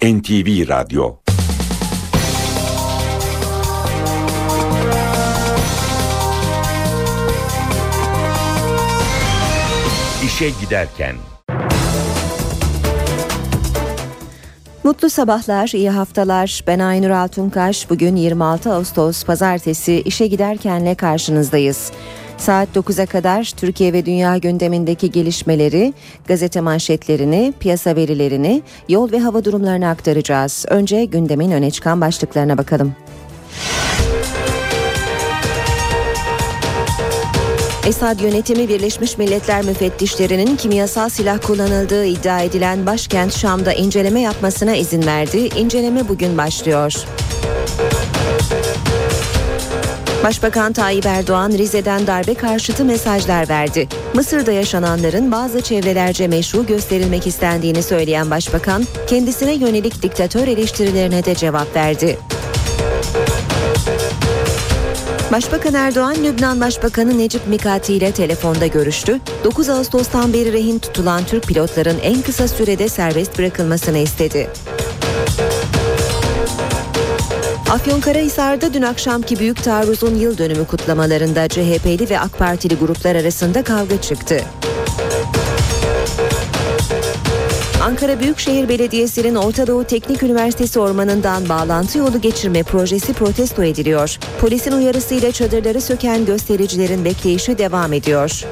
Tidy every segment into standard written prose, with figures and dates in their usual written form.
NTV Radyo. İşe giderken. Mutlu sabahlar, iyi haftalar. Ben Aynur Altunkaş. Bugün 26 Ağustos Pazartesi işe giderkenle karşınızdayız. Saat 9'a kadar Türkiye ve dünya gündemindeki gelişmeleri, gazete manşetlerini, piyasa verilerini, yol ve hava durumlarını aktaracağız. Önce gündemin öne çıkan başlıklarına bakalım. Esad yönetimi Birleşmiş Milletler müfettişlerinin kimyasal silah kullanıldığı iddia edilen başkent Şam'da inceleme yapmasına izin verdi. İnceleme bugün başlıyor. Başbakan Tayyip Erdoğan Rize'den darbe karşıtı mesajlar verdi. Mısır'da yaşananların bazı çevrelerce meşru gösterilmek istendiğini söyleyen başbakan, kendisine yönelik diktatör eleştirilerine de cevap verdi. Başbakan Erdoğan, Lübnan Başbakanı Necip Mikati ile telefonda görüştü. 9 Ağustos'tan beri rehin tutulan Türk pilotların en kısa sürede serbest bırakılmasını istedi. Afyonkarahisar'da dün akşamki büyük taarruzun yıl dönümü kutlamalarında CHP'li ve AK Partili gruplar arasında kavga çıktı. Ankara Büyükşehir Belediyesi'nin Orta Doğu Teknik Üniversitesi ormanından bağlantı yolu geçirme projesi protesto ediliyor. Polisin uyarısıyla çadırları söken göstericilerin bekleyişi devam ediyor.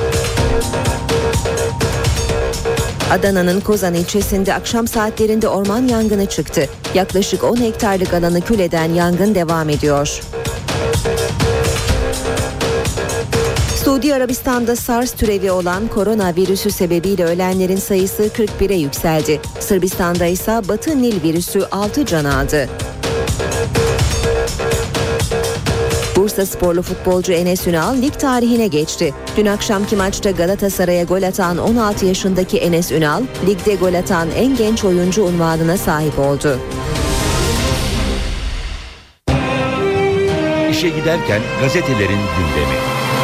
Adana'nın Kozan ilçesinde akşam saatlerinde orman yangını çıktı. Yaklaşık 10 hektarlık alanı kül eden yangın devam ediyor. Suudi Arabistan'da SARS türevi olan koronavirüsü sebebiyle ölenlerin sayısı 41'e yükseldi. Sırbistan'da ise Batı Nil virüsü 6 can aldı. Bursa sporlu futbolcu Enes Ünal lig tarihine geçti. Dün akşamki maçta Galatasaray'a gol atan 16 yaşındaki Enes Ünal, ligde gol atan en genç oyuncu unvanına sahip oldu. İşe giderken gazetelerin gündemi.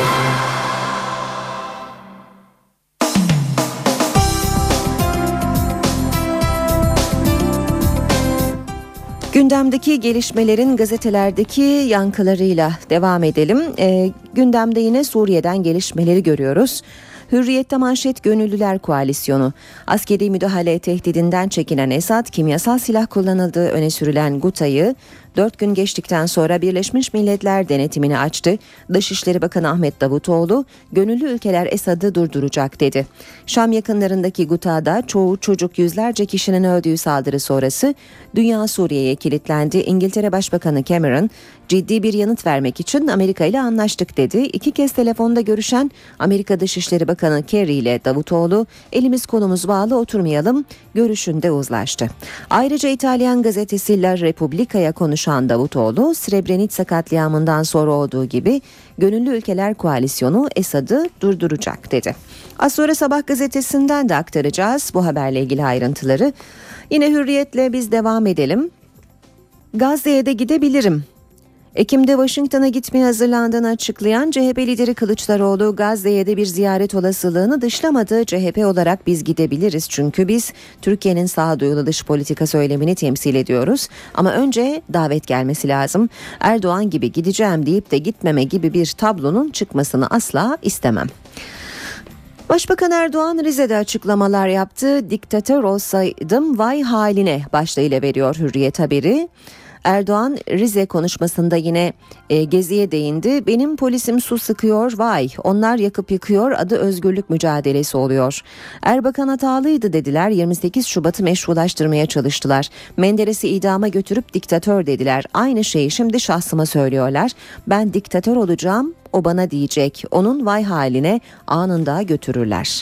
Gündemdeki gelişmelerin gazetelerdeki yankılarıyla devam edelim. Gündemde yine Suriye'den gelişmeleri görüyoruz. Hürriyet'te manşet Gönüllüler Koalisyonu. Askeri müdahale tehdidinden çekinen Esad, kimyasal silah kullanıldığı öne sürülen Guta'yı 4 gün geçtikten sonra Birleşmiş Milletler denetimini açtı. Dışişleri Bakanı Ahmet Davutoğlu, gönüllü ülkeler Esad'ı durduracak dedi. Şam yakınlarındaki Guta'da çoğu çocuk yüzlerce kişinin öldüğü saldırı sonrası dünya Suriye'ye kilitlendi. İngiltere Başbakanı Cameron, ciddi bir yanıt vermek için Amerika ile anlaştık dedi. 2 kez telefonda görüşen Amerika Dışişleri Bakanı Kerry ile Davutoğlu, elimiz kolumuz bağlı oturmayalım görüşünde uzlaştı. Ayrıca İtalyan gazetesi La Repubblica'ya konuşan Davutoğlu, Srebrenica katliamından sonra olduğu gibi Gönüllü Ülkeler Koalisyonu Esad'ı durduracak dedi. Az sonra Sabah gazetesinden de aktaracağız bu haberle ilgili ayrıntıları. Yine Hürriyet'le biz devam edelim. Gazze'ye de gidebilirim. Ekim'de Washington'a gitmeye hazırlandığını açıklayan CHP lideri Kılıçdaroğlu, Gazze'ye de bir ziyaret olasılığını dışlamadı. CHP olarak biz gidebiliriz çünkü biz Türkiye'nin sağduyulu dış politika söylemini temsil ediyoruz. Ama önce davet gelmesi lazım. Erdoğan gibi gideceğim deyip de gitmeme gibi bir tablonun çıkmasını asla istemem. Başbakan Erdoğan Rize'de açıklamalar yaptı. Diktatör olsaydım vay haline başlığıyla veriyor Hürriyet haberi. Erdoğan Rize konuşmasında yine Gezi'ye değindi. Benim polisim su sıkıyor vay, onlar yakıp yıkıyor, adı özgürlük mücadelesi oluyor. Erbakan hatalıydı dediler, 28 Şubat'ı meşrulaştırmaya çalıştılar. Menderes'i idama götürüp diktatör dediler. Aynı şeyi şimdi şahsıma söylüyorlar. Ben diktatör olacağım, o bana diyecek. Onun vay haline anında götürürler.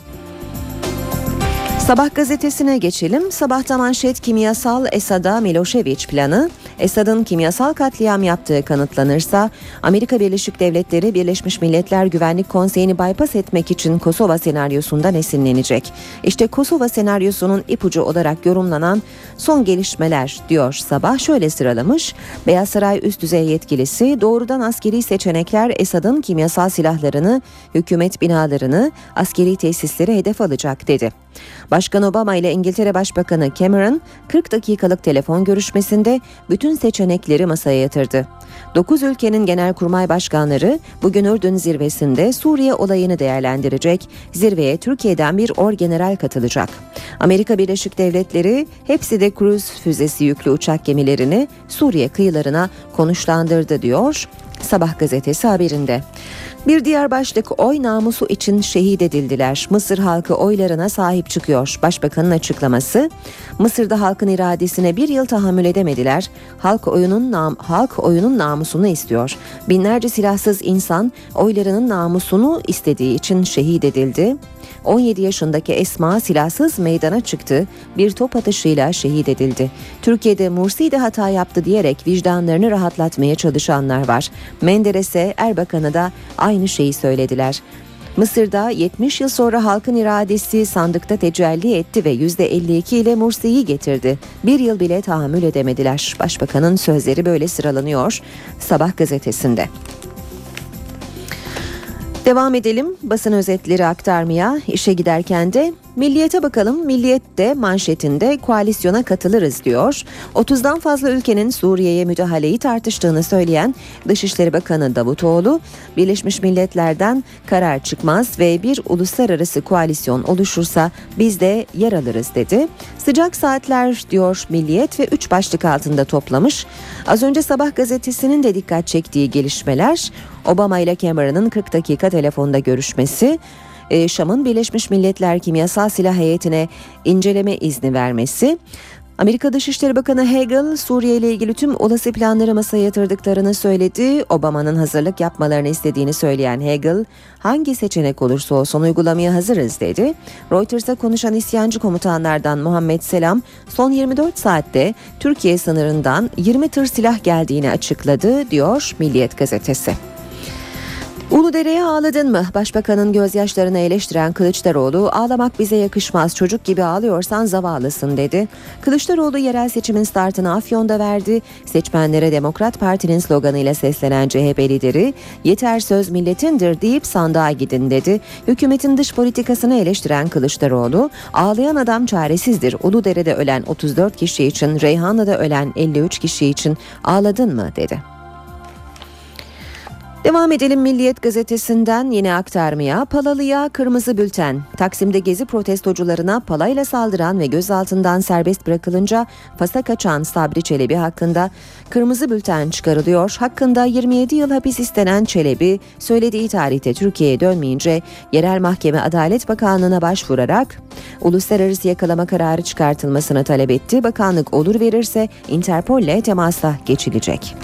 Sabah gazetesine geçelim. Sabahta manşet kimyasal Esad'a Milošević planı. Esad'ın kimyasal katliam yaptığı kanıtlanırsa Amerika Birleşik Devletleri Birleşmiş Milletler Güvenlik Konseyi'ni bypass etmek için Kosova senaryosundan esinlenecek. İşte Kosova senaryosunun ipucu olarak yorumlanan son gelişmeler diyor Sabah. Şöyle sıralamış. Beyaz Saray üst düzey yetkilisi doğrudan askeri seçenekler Esad'ın kimyasal silahlarını, hükümet binalarını, askeri tesisleri hedef alacak dedi. Başkan Obama ile İngiltere Başbakanı Cameron 40 dakikalık telefon görüşmesinde bütün seçenekleri masaya yatırdı. 9 ülkenin genelkurmay başkanları bugün Ürdün zirvesinde Suriye olayını değerlendirecek. Zirveye Türkiye'den bir orgeneral katılacak. Amerika Birleşik Devletleri hepsi de kruz füzesi yüklü uçak gemilerini Suriye kıyılarına konuşlandırdı diyor Sabah gazetesi haberinde. Bir diğer başlık, oy namusu için şehit edildiler. Mısır halkı oylarına sahip çıkıyor. Başbakanın açıklaması. Mısır'da halkın iradesine bir yıl tahammül edemediler. Halk oyunun namusunu istiyor. Binlerce silahsız insan oylarının namusunu istediği için şehit edildi. 17 yaşındaki Esma silahsız meydana çıktı. Bir top atışıyla şehit edildi. Türkiye'de Mursi de hata yaptı diyerek vicdanlarını rahatlatmaya çalışanlar var. Menderes'e, Erbakan'a da aynı şeyi söylediler. Mısır'da 70 yıl sonra halkın iradesi sandıkta tecelli etti ve %52 ile Mursi'yi getirdi. Bir yıl bile tahammül edemediler. Başbakanın sözleri böyle sıralanıyor Sabah gazetesinde. Devam edelim basın özetleri aktarmaya. İşe giderken de Milliyet'e bakalım. Milliyet de manşetinde koalisyona katılırız diyor. 30'dan fazla ülkenin Suriye'ye müdahaleyi tartıştığını söyleyen Dışişleri Bakanı Davutoğlu, Birleşmiş Milletler'den karar çıkmaz ve bir uluslararası koalisyon oluşursa biz de yer alırız dedi. Sıcak saatler diyor Milliyet ve 3 başlık altında toplamış. Az önce Sabah gazetesinin de dikkat çektiği gelişmeler, Obama ile Cameron'ın 40 dakika telefonda görüşmesi, Şam'ın Birleşmiş Milletler Kimyasal Silah Heyeti'ne inceleme izni vermesi, Amerika Dışişleri Bakanı Hagel Suriye ile ilgili tüm olası planları masaya yatırdıklarını söyledi. Obama'nın hazırlık yapmalarını istediğini söyleyen Hagel, hangi seçenek olursa olsun uygulamaya hazırız dedi. Reuters'a konuşan isyancı komutanlardan Muhammed Selam, son 24 saatte Türkiye sınırından 20 tır silah geldiğini açıkladı diyor Milliyet gazetesi. Uludere'ye ağladın mı? Başbakanın gözyaşlarını eleştiren Kılıçdaroğlu, ağlamak bize yakışmaz, çocuk gibi ağlıyorsan zavallısın dedi. Kılıçdaroğlu yerel seçimin startını Afyon'da verdi. Seçmenlere Demokrat Parti'nin sloganıyla seslenen CHP lideri, yeter söz milletindir deyip sandığa gidin dedi. Hükümetin dış politikasını eleştiren Kılıçdaroğlu, ağlayan adam çaresizdir. Uludere'de ölen 34 kişi için, Reyhanlı'da ölen 53 kişi için ağladın mı dedi. Devam edelim Milliyet gazetesinden yine aktarmaya. Palalı'ya kırmızı bülten. Taksim'de gezi protestocularına palayla saldıran ve gözaltından serbest bırakılınca Fas'a kaçan Sabri Çelebi hakkında kırmızı bülten çıkarılıyor. Hakkında 27 yıl hapis istenen Çelebi, söylediği tarihte Türkiye'ye dönmeyince yerel mahkeme Adalet Bakanlığı'na başvurarak uluslararası yakalama kararı çıkartılmasını talep etti. Bakanlık olur verirse Interpol'le temasa geçilecek.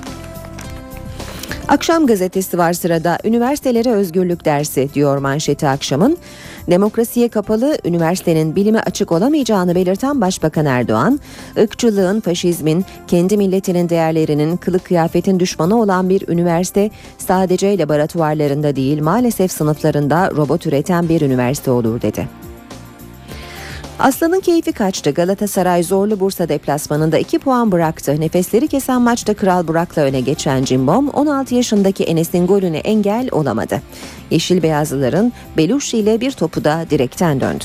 Akşam gazetesi var sırada. Üniversitelere özgürlük dersi diyor manşeti akşamın. Demokrasiye kapalı, üniversitenin bilime açık olamayacağını belirten Başbakan Erdoğan, ırkçılığın, faşizmin, kendi milletinin değerlerinin, kılık kıyafetin düşmanı olan bir üniversite sadece laboratuvarlarında değil maalesef sınıflarında robot üreten bir üniversite olur dedi. Aslan'ın keyfi kaçtı. Galatasaray zorlu Bursa deplasmanında 2 puan bıraktı. Nefesleri kesen maçta Kral Burak'la öne geçen Cimbom, 16 yaşındaki Enes'in golüne engel olamadı. Yeşil Beyazlıların Beluşi ile bir topu da direkten döndü.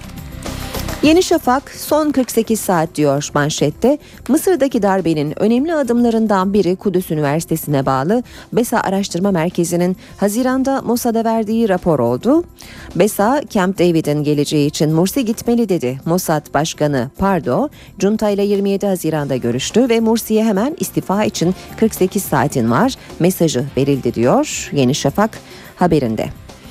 Yeni Şafak son 48 saat diyor manşette. Mısır'daki darbenin önemli adımlarından biri Kudüs Üniversitesi'ne bağlı BESA Araştırma Merkezi'nin Haziran'da Mossad'a verdiği rapor oldu. BESA, Camp David'in geleceği için Mursi gitmeli dedi. Mossad Başkanı Pardo, Junta ile 27 Haziran'da görüştü ve Mursi'ye hemen istifa için 48 saatin var mesajı verildi diyor Yeni Şafak haberinde.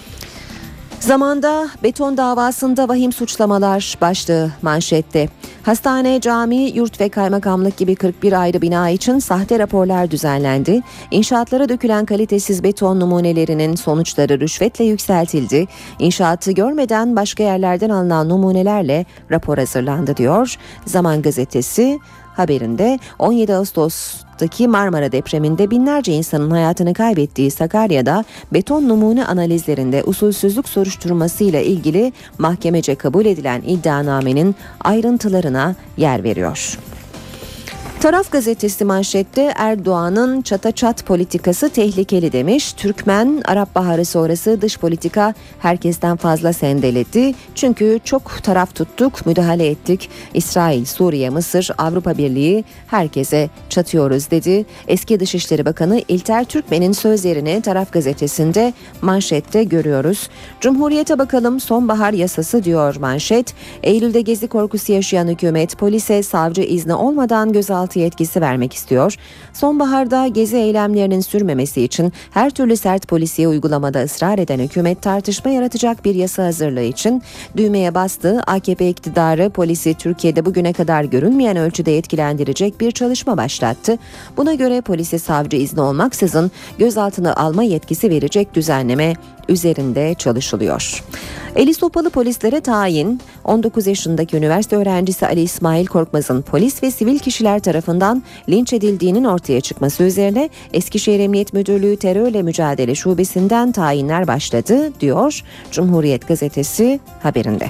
Zamanda beton davasında vahim suçlamalar başlığı manşette. Hastane, cami, yurt ve kaymakamlık gibi 41 ayrı bina için sahte raporlar düzenlendi. İnşaatlara dökülen kalitesiz beton numunelerinin sonuçları rüşvetle yükseltildi. İnşaatı görmeden başka yerlerden alınan numunelerle rapor hazırlandı diyor Zaman gazetesi haberinde. 17 Ağustos'taki Marmara depreminde binlerce insanın hayatını kaybettiği Sakarya'da beton numune analizlerinde usulsüzlük soruşturmasıyla ilgili mahkemece kabul edilen iddianamenin ayrıntılarına yer veriyor. Taraf gazetesi manşette Erdoğan'ın çataçat politikası tehlikeli demiş. Türkmen, Arap Baharı sonrası dış politika herkesten fazla sendeledi. Çünkü çok taraf tuttuk, müdahale ettik. İsrail, Suriye, Mısır, Avrupa Birliği herkese çatıyoruz dedi. Eski Dışişleri Bakanı İlter Türkmen'in sözlerini Taraf gazetesinde manşette görüyoruz. Cumhuriyete bakalım, sonbahar yasası diyor manşet. Eylül'de gezi korkusu yaşayan hükümet polise savcı izni olmadan gözaltı yetkisi vermek istiyor. Sonbaharda gezi eylemlerinin sürmemesi için her türlü sert polisiye uygulamada ısrar eden hükümet tartışma yaratacak bir yasa hazırlığı için düğmeye bastı. AKP iktidarı polisi Türkiye'de bugüne kadar görülmeyen ölçüde etkilendirecek bir çalışma başlattı. Buna göre polise savcı izni olmaksızın gözaltına alma yetkisi verecek düzenleme üzerinde çalışılıyor. Eli sopalı polislere tayin. 19 yaşındaki üniversite öğrencisi Ali İsmail Korkmaz'ın polis ve sivil kişiler tarafından linç edildiğinin ortaya çıkması üzerine Eskişehir Emniyet Müdürlüğü Terörle Mücadele Şubesi'nden tayinler başladı diyor Cumhuriyet Gazetesi haberinde.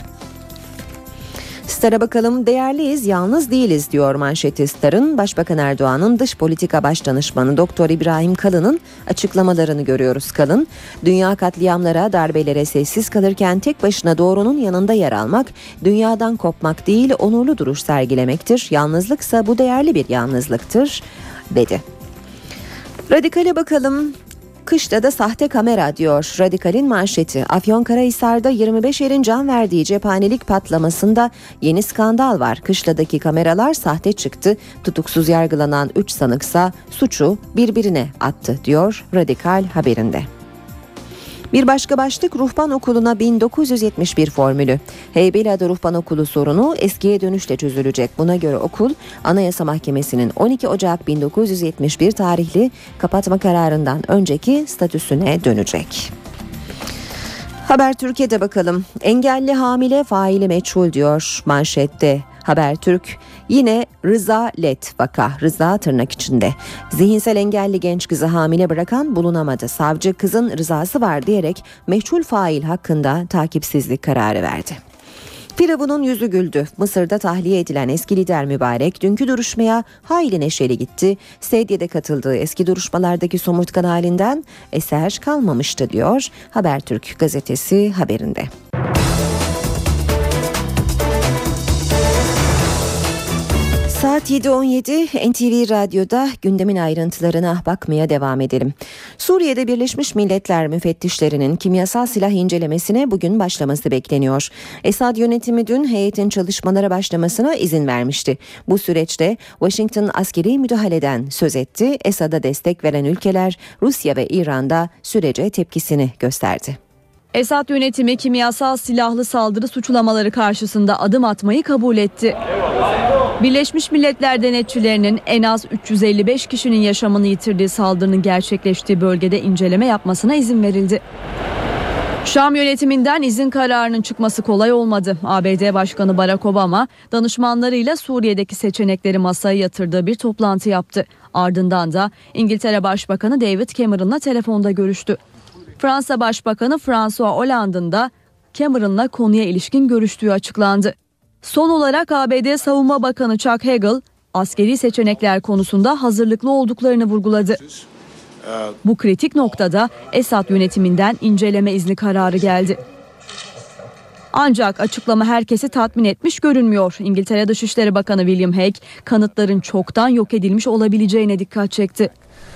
Star'a bakalım, değerliyiz, yalnız değiliz diyor manşeti Star'ın. Başbakan Erdoğan'ın dış politika başdanışmanı Doktor İbrahim Kalın'ın açıklamalarını görüyoruz. Kalın, dünya katliamlara, darbelere sessiz kalırken tek başına doğrunun yanında yer almak, dünyadan kopmak değil, onurlu duruş sergilemektir. Yalnızlıksa bu değerli bir yalnızlıktır dedi. Radikale bakalım. Kışta da sahte kamera diyor Radikal'in manşeti. Afyonkarahisar'da 25 erin can verdiği cephanelik patlamasında yeni skandal var. Kışladaki kameralar sahte çıktı. Tutuksuz yargılanan 3 sanıksa suçu birbirine attı diyor Radikal haberinde. Bir başka başlık, ruhban okuluna 1971 formülü. Heybeliada Ruhban Okulu sorunu eskiye dönüşle çözülecek. Buna göre okul Anayasa Mahkemesi'nin 12 Ocak 1971 tarihli kapatma kararından önceki statüsüne dönecek. Habertürk'e bakalım. Engelli hamile faili meçhul diyor manşette. Habertürk, yine Rıza Let vaka, Rıza tırnak içinde. Zihinsel engelli genç kızı hamile bırakan bulunamadı. Savcı kızın rızası var diyerek meçhul fail hakkında takipsizlik kararı verdi. Firavun'un yüzü güldü. Mısır'da tahliye edilen eski lider Mübarek dünkü duruşmaya hayli neşeli gitti. Sedye'de katıldığı eski duruşmalardaki somurtkan halinden eser kalmamıştı diyor Habertürk gazetesi haberinde. Saat 7.17 NTV Radyo'da gündemin ayrıntılarına bakmaya devam edelim. Suriye'de Birleşmiş Milletler müfettişlerinin kimyasal silah incelemesine bugün başlaması bekleniyor. Esad yönetimi dün heyetin çalışmalara başlamasına izin vermişti. Bu süreçte Washington askeri müdahaleden söz etti. Esad'a destek veren ülkeler Rusya ve İran'da sürece tepkisini gösterdi. Esad yönetimi kimyasal silahlı saldırı suçlamaları karşısında adım atmayı kabul etti. Birleşmiş Milletler denetçilerinin en az 355 kişinin yaşamını yitirdiği saldırının gerçekleştiği bölgede inceleme yapmasına izin verildi. Şam yönetiminden izin kararının çıkması kolay olmadı. ABD Başkanı Barack Obama danışmanlarıyla Suriye'deki seçenekleri masaya yatırdığı bir toplantı yaptı. Ardından da İngiltere Başbakanı David Cameron'la telefonda görüştü. Fransa Başbakanı François Hollande'ın da Cameron'la konuya ilişkin görüştüğü açıklandı. Son olarak ABD Savunma Bakanı Chuck Hagel, askeri seçenekler konusunda hazırlıklı olduklarını vurguladı. Bu kritik noktada Esad yönetiminden inceleme izni kararı geldi. Ancak açıklama herkesi tatmin etmiş görünmüyor. İngiltere Dışişleri Bakanı William Hague, kanıtların çoktan yok edilmiş olabileceğine dikkat çekti.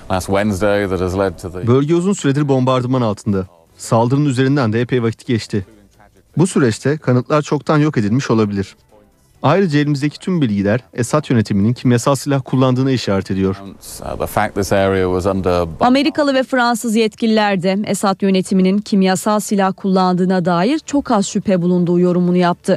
Bölge uzun süredir bombardıman altında. Saldırının üzerinden de epey vakit geçti. Bu süreçte kanıtlar çoktan yok edilmiş olabilir. Ayrıca elimizdeki tüm bilgiler Esad yönetiminin kimyasal silah kullandığına işaret ediyor. Amerikalı ve Fransız yetkililer de Esad yönetiminin kimyasal silah kullandığına dair çok az şüphe bulunduğu yorumunu yaptı.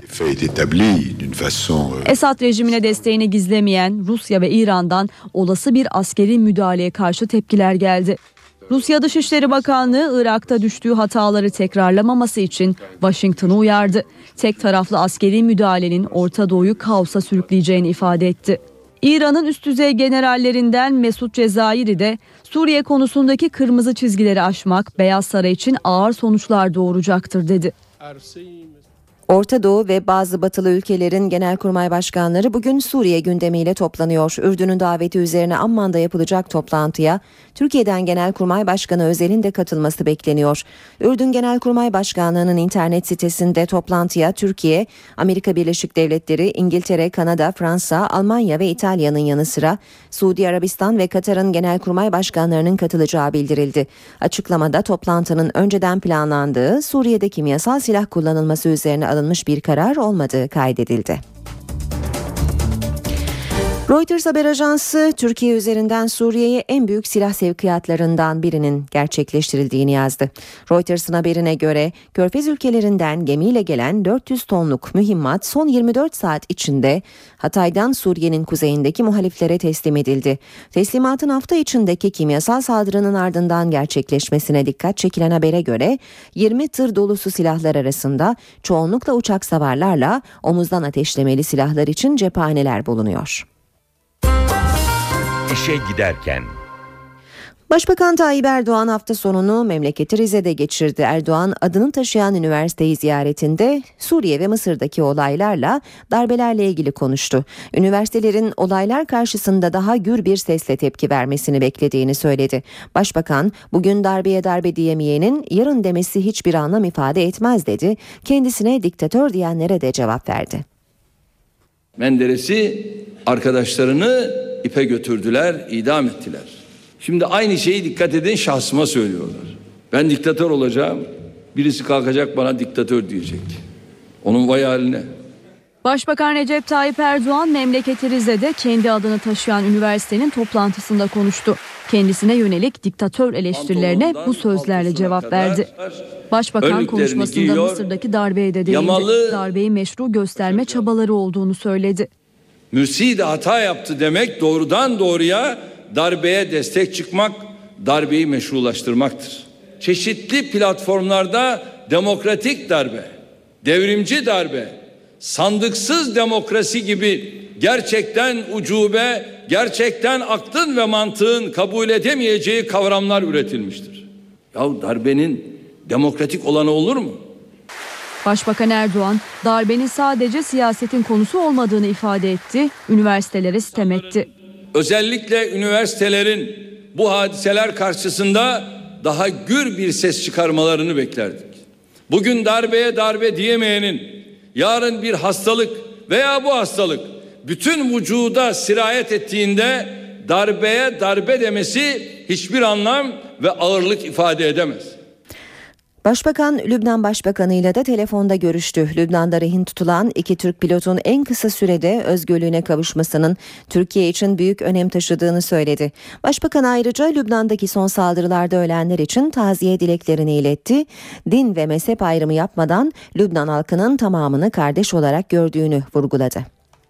Esad rejimine desteğini gizlemeyen Rusya ve İran'dan olası bir askeri müdahaleye karşı tepkiler geldi. Rusya Dışişleri Bakanlığı Irak'ta düştüğü hataları tekrarlamaması için Washington'u uyardı. Tek taraflı askeri müdahalenin Orta Doğu'yu kaosa sürükleyeceğini ifade etti. İran'ın üst düzey generallerinden Mesut Cezayir'i de Suriye konusundaki kırmızı çizgileri aşmak Beyaz Saray için ağır sonuçlar doğuracaktır dedi. Orta Doğu ve bazı batılı ülkelerin genelkurmay başkanları bugün Suriye gündemiyle toplanıyor. Ürdün'ün daveti üzerine Amman'da yapılacak toplantıya Türkiye'den Genelkurmay Başkanı Özel'in de katılması bekleniyor. Ürdün Genelkurmay Başkanlığı'nın internet sitesinde toplantıya Türkiye, Amerika Birleşik Devletleri, İngiltere, Kanada, Fransa, Almanya ve İtalya'nın yanı sıra Suudi Arabistan ve Katar'ın genelkurmay başkanlarının katılacağı bildirildi. Açıklamada toplantının önceden planlandığı, Suriye'de kimyasal silah kullanılması üzerine alınmış bir karar olmadığı kaydedildi. Reuters haber ajansı Türkiye üzerinden Suriye'ye en büyük silah sevkiyatlarından birinin gerçekleştirildiğini yazdı. Reuters'ın haberine göre Körfez ülkelerinden gemiyle gelen 400 tonluk mühimmat son 24 saat içinde Hatay'dan Suriye'nin kuzeyindeki muhaliflere teslim edildi. Teslimatın hafta içindeki kimyasal saldırının ardından gerçekleşmesine dikkat çekilen habere göre 20 tır dolusu silahlar arasında çoğunlukla uçak savarlarla omuzdan ateşlemeli silahlar için cephaneler bulunuyor. İşe giderken. Başbakan Tayyip Erdoğan hafta sonunu memleketi Rize'de geçirdi. Erdoğan adını taşıyan üniversiteyi ziyaretinde Suriye ve Mısır'daki olaylarla darbelerle ilgili konuştu. Üniversitelerin olaylar karşısında daha gür bir sesle tepki vermesini beklediğini söyledi. Başbakan bugün darbeye darbe diyemeyenin yarın demesi hiçbir anlam ifade etmez dedi. Kendisine diktatör diyenlere de cevap verdi. Menderes'i arkadaşlarını ipe götürdüler, idam ettiler. Şimdi aynı şeyi dikkat edin şahsıma söylüyorlar. Ben diktatör olacağım, birisi kalkacak bana diktatör diyecek. Onun vay haline. Başbakan Recep Tayyip Erdoğan memleketi Rize'de kendi adını taşıyan üniversitenin toplantısında konuştu. Kendisine yönelik diktatör eleştirilerine bu sözlerle cevap verdi. Başbakan konuşmasında giyiyor, Mısır'daki darbeye de değindi. Darbeyi meşru gösterme çabaları olduğunu söyledi. Mürsi de hata yaptı demek doğrudan doğruya darbeye destek çıkmak, darbeyi meşrulaştırmaktır. Çeşitli platformlarda demokratik darbe, devrimci darbe, sandıksız demokrasi gibi gerçekten ucube, gerçekten aklın ve mantığın kabul edemeyeceği kavramlar üretilmiştir. Ya darbenin demokratik olanı olur mu? Başbakan Erdoğan darbenin sadece siyasetin konusu olmadığını ifade etti, üniversitelere sitem etti. Özellikle üniversitelerin bu hadiseler karşısında daha gür bir ses çıkarmalarını beklerdik. Bugün darbeye darbe diyemeyenin yarın bir hastalık veya bu hastalık bütün vücuda sirayet ettiğinde darbeye darbe demesi hiçbir anlam ve ağırlık ifade edemez. Başbakan Lübnan Başbakanı ile de telefonda görüştü. Lübnan'da rehin tutulan 2 Türk pilotun en kısa sürede özgürlüğüne kavuşmasının Türkiye için büyük önem taşıdığını söyledi. Başbakan ayrıca Lübnan'daki son saldırılarda ölenler için taziye dileklerini iletti. Din ve mezhep ayrımı yapmadan Lübnan halkının tamamını kardeş olarak gördüğünü vurguladı.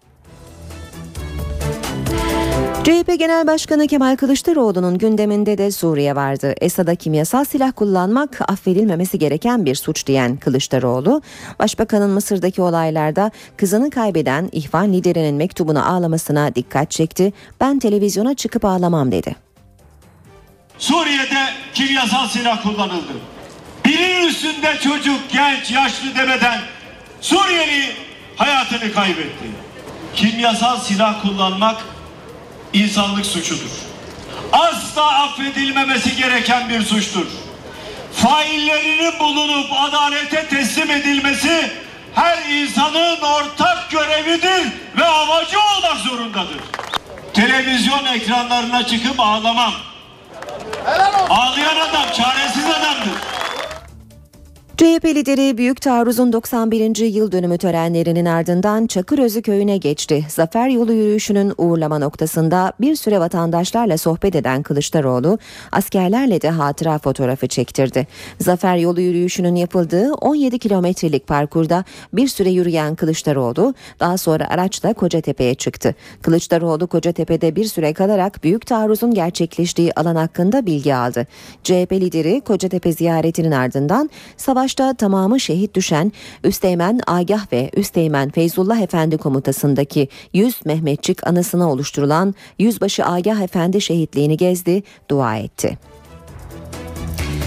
CHP Genel Başkanı Kemal Kılıçdaroğlu'nun gündeminde de Suriye vardı. Esad'a kimyasal silah kullanmak affedilmemesi gereken bir suç diyen Kılıçdaroğlu, Başbakanın Mısır'daki olaylarda kızını kaybeden İhvan liderinin mektubunu ağlamasına dikkat çekti. Ben televizyona çıkıp ağlamam dedi. Suriye'de kimyasal silah kullanıldı. Birinin üstünde çocuk, genç, yaşlı demeden Suriyeli hayatını kaybetti. Kimyasal silah kullanmak İnsanlık suçudur. Asla affedilmemesi gereken bir suçtur. Faillerinin bulunup adalete teslim edilmesi her insanın ortak görevidir ve amacı olmak zorundadır. Televizyon ekranlarına çıkıp ağlamam. Ağlayan adam çaresiz adamdır. CHP lideri Büyük Taarruz'un 91. yıl dönümü törenlerinin ardından Çakırözü köyüne geçti. Zafer Yolu yürüyüşünün uğurlama noktasında bir süre vatandaşlarla sohbet eden Kılıçdaroğlu, askerlerle de hatıra fotoğrafı çektirdi. Zafer Yolu yürüyüşünün yapıldığı 17 kilometrelik parkurda bir süre yürüyen Kılıçdaroğlu, daha sonra araçla Kocatepe'ye çıktı. Kılıçdaroğlu Kocatepe'de bir süre kalarak Büyük Taarruz'un gerçekleştiği alan hakkında bilgi aldı. CHP lideri Kocatepe ziyaretinin ardından savaşta tamamı şehit düşen Üsteğmen Agah ve Üsteğmen Feyzullah Efendi komutasındaki 100 Mehmetçik anısına oluşturulan Yüzbaşı Agah Efendi şehitliğini gezdi, dua etti.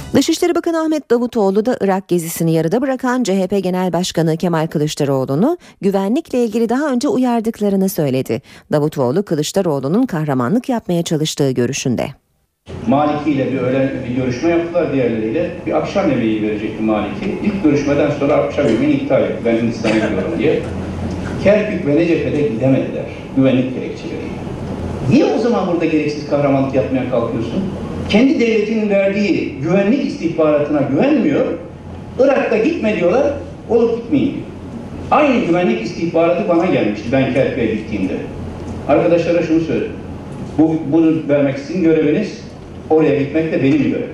Dışişleri Bakanı Ahmet Davutoğlu da Irak gezisini yarıda bırakan CHP Genel Başkanı Kemal Kılıçdaroğlu'nu güvenlikle ilgili daha önce uyardıklarını söyledi. Davutoğlu, Kılıçdaroğlu'nun kahramanlık yapmaya çalıştığı görüşünde. Maliki ile bir öğlen bir görüşme yaptılar, diğerleriyle. Bir akşam yemeği verecekti Maliki. İlk görüşmeden sonra akşam yemeğini iptal etti. Ben Hindistan'a gidiyorum diye. Kerkük ve Necef'e gidemediler. Güvenlik gerekçeleriyle. Niye o zaman burada gereksiz kahramanlık yapmaya kalkıyorsun? Kendi devletinin verdiği güvenlik istihbaratına güvenmiyor. Irak'ta gitme diyorlar, olup gitmeyin diyor. Aynı güvenlik istihbaratı bana gelmişti ben Kerkük'e gittiğimde. Arkadaşlara şunu söyledim. Bunu vermek sizin göreviniz, oraya gitmek de benim görevim.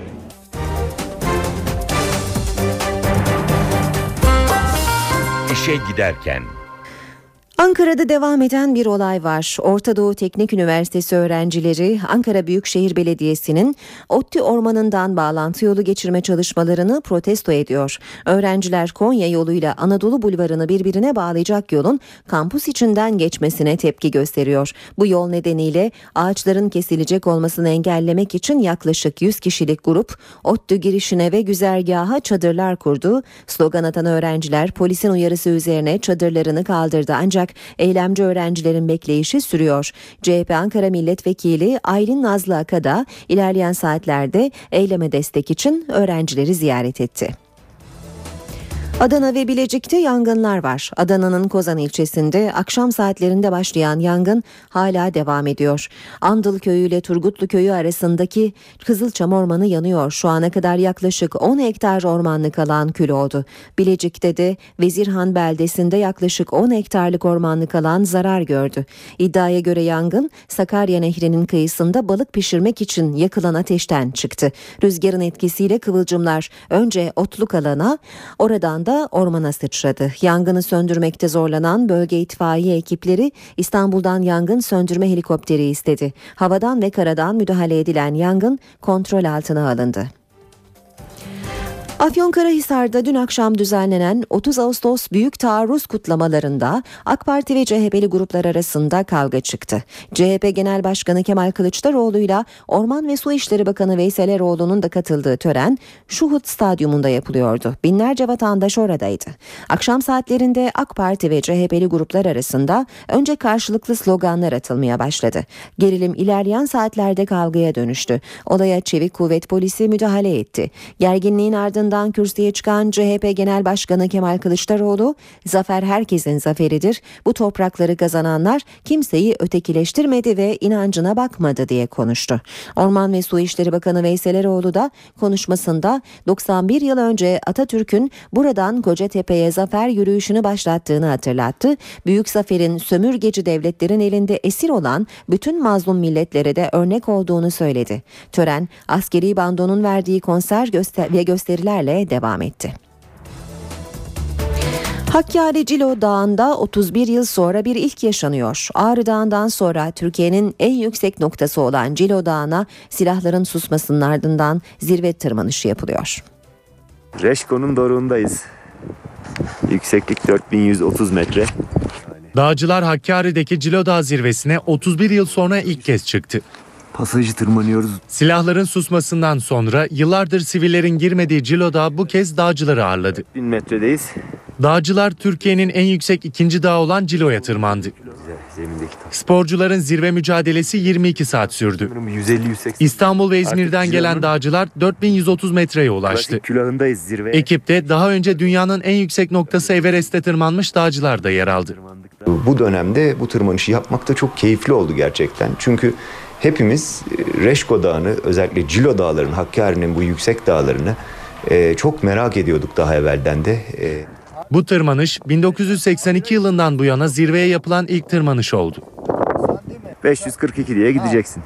İşe giderken. Ankara'da devam eden bir olay var. Orta Doğu Teknik Üniversitesi öğrencileri Ankara Büyükşehir Belediyesi'nin ODTÜ ormanından bağlantı yolu geçirme çalışmalarını protesto ediyor. Öğrenciler Konya yoluyla Anadolu Bulvarı'nı birbirine bağlayacak yolun kampüs içinden geçmesine tepki gösteriyor. Bu yol nedeniyle ağaçların kesilecek olmasını engellemek için yaklaşık 100 kişilik grup ODTÜ girişine ve güzergaha çadırlar kurdu. Slogan atan öğrenciler polisin uyarısı üzerine çadırlarını kaldırdı, ancak eylemci öğrencilerin bekleyişi sürüyor. CHP Ankara Milletvekili Aylin Nazlı Aka da ilerleyen saatlerde eyleme destek için öğrencileri ziyaret etti. Adana ve Bilecik'te yangınlar var. Adana'nın Kozan ilçesinde akşam saatlerinde başlayan yangın hala devam ediyor. Andıl Köyü ile Turgutlu Köyü arasındaki Kızılçam Ormanı yanıyor. Şu ana kadar yaklaşık 10 hektar ormanlık alan kül oldu. Bilecik'te de Vezirhan beldesinde yaklaşık 10 hektarlık ormanlık alan zarar gördü. İddiaya göre yangın Sakarya Nehri'nin kıyısında balık pişirmek için yakılan ateşten çıktı. Rüzgarın etkisiyle kıvılcımlar önce otluk alana, oradan da ormana sıçradı. Yangını söndürmekte zorlanan bölge itfaiye ekipleri İstanbul'dan yangın söndürme helikopteri istedi. Havadan ve karadan müdahale edilen yangın kontrol altına alındı. Afyonkarahisar'da dün akşam düzenlenen 30 Ağustos Büyük Taarruz kutlamalarında AK Parti ve CHP'li gruplar arasında kavga çıktı. CHP Genel Başkanı Kemal Kılıçdaroğlu ile Orman ve Su İşleri Bakanı Veysel Eroğlu'nun da katıldığı tören Şuhut Stadyumunda yapılıyordu. Binlerce vatandaş oradaydı. Akşam saatlerinde AK Parti ve CHP'li gruplar arasında önce karşılıklı sloganlar atılmaya başladı. Gerilim ilerleyen saatlerde kavgaya dönüştü. Olaya Çevik Kuvvet Polisi müdahale etti. Gerginliğin ardından kürsüye çıkan CHP Genel Başkanı Kemal Kılıçdaroğlu, "Zafer herkesin zaferidir. Bu toprakları kazananlar kimseyi ötekileştirmedi ve inancına bakmadı" diye konuştu. Orman ve Su İşleri Bakanı Veysel Eroğlu da konuşmasında 91 yıl önce Atatürk'ün buradan Kocatepe'ye zafer yürüyüşünü başlattığını hatırlattı. Büyük zaferin sömürgeci devletlerin elinde esir olan bütün mazlum milletlere de örnek olduğunu söyledi. Tören askeri bandonun verdiği konser ve gösterilerle devam etti. Hakkari Cilo Dağı'nda 31 yıl sonra bir ilk yaşanıyor. Ağrı Dağı'ndan sonra Türkiye'nin en yüksek noktası olan Cilo Dağı'na silahların susmasının ardından zirve tırmanışı yapılıyor. Reşko'nun doruğundayız. Yükseklik 4130 metre. Dağcılar Hakkari'deki Cilo Dağı zirvesine 31 yıl sonra ilk kez çıktı. Pasajı tırmanıyoruz. Silahların susmasından sonra yıllardır sivillerin girmediği Cilo Dağı bu kez dağcıları ağırladı. 1000 metredeyiz. Dağcılar Türkiye'nin en yüksek ikinci dağı olan Cilo'ya tırmandı. Sporcuların zirve mücadelesi 22 saat sürdü. 150-180. İstanbul ve İzmir'den gelen dağcılar 4130 metreye ulaştı. Külahındayız zirve. Ekipte daha önce dünyanın en yüksek noktası Everest'te tırmanmış dağcılar da yer aldı. Bu dönemde bu tırmanışı yapmak da çok keyifli oldu gerçekten. Çünkü hepimiz Reşko Dağı'nı, özellikle Cilo Dağları'nın, Hakkari'nin bu yüksek dağlarını çok merak ediyorduk daha evvelden de. Bu tırmanış 1982 yılından bu yana zirveye yapılan ilk tırmanış oldu. 542 diye gideceksin.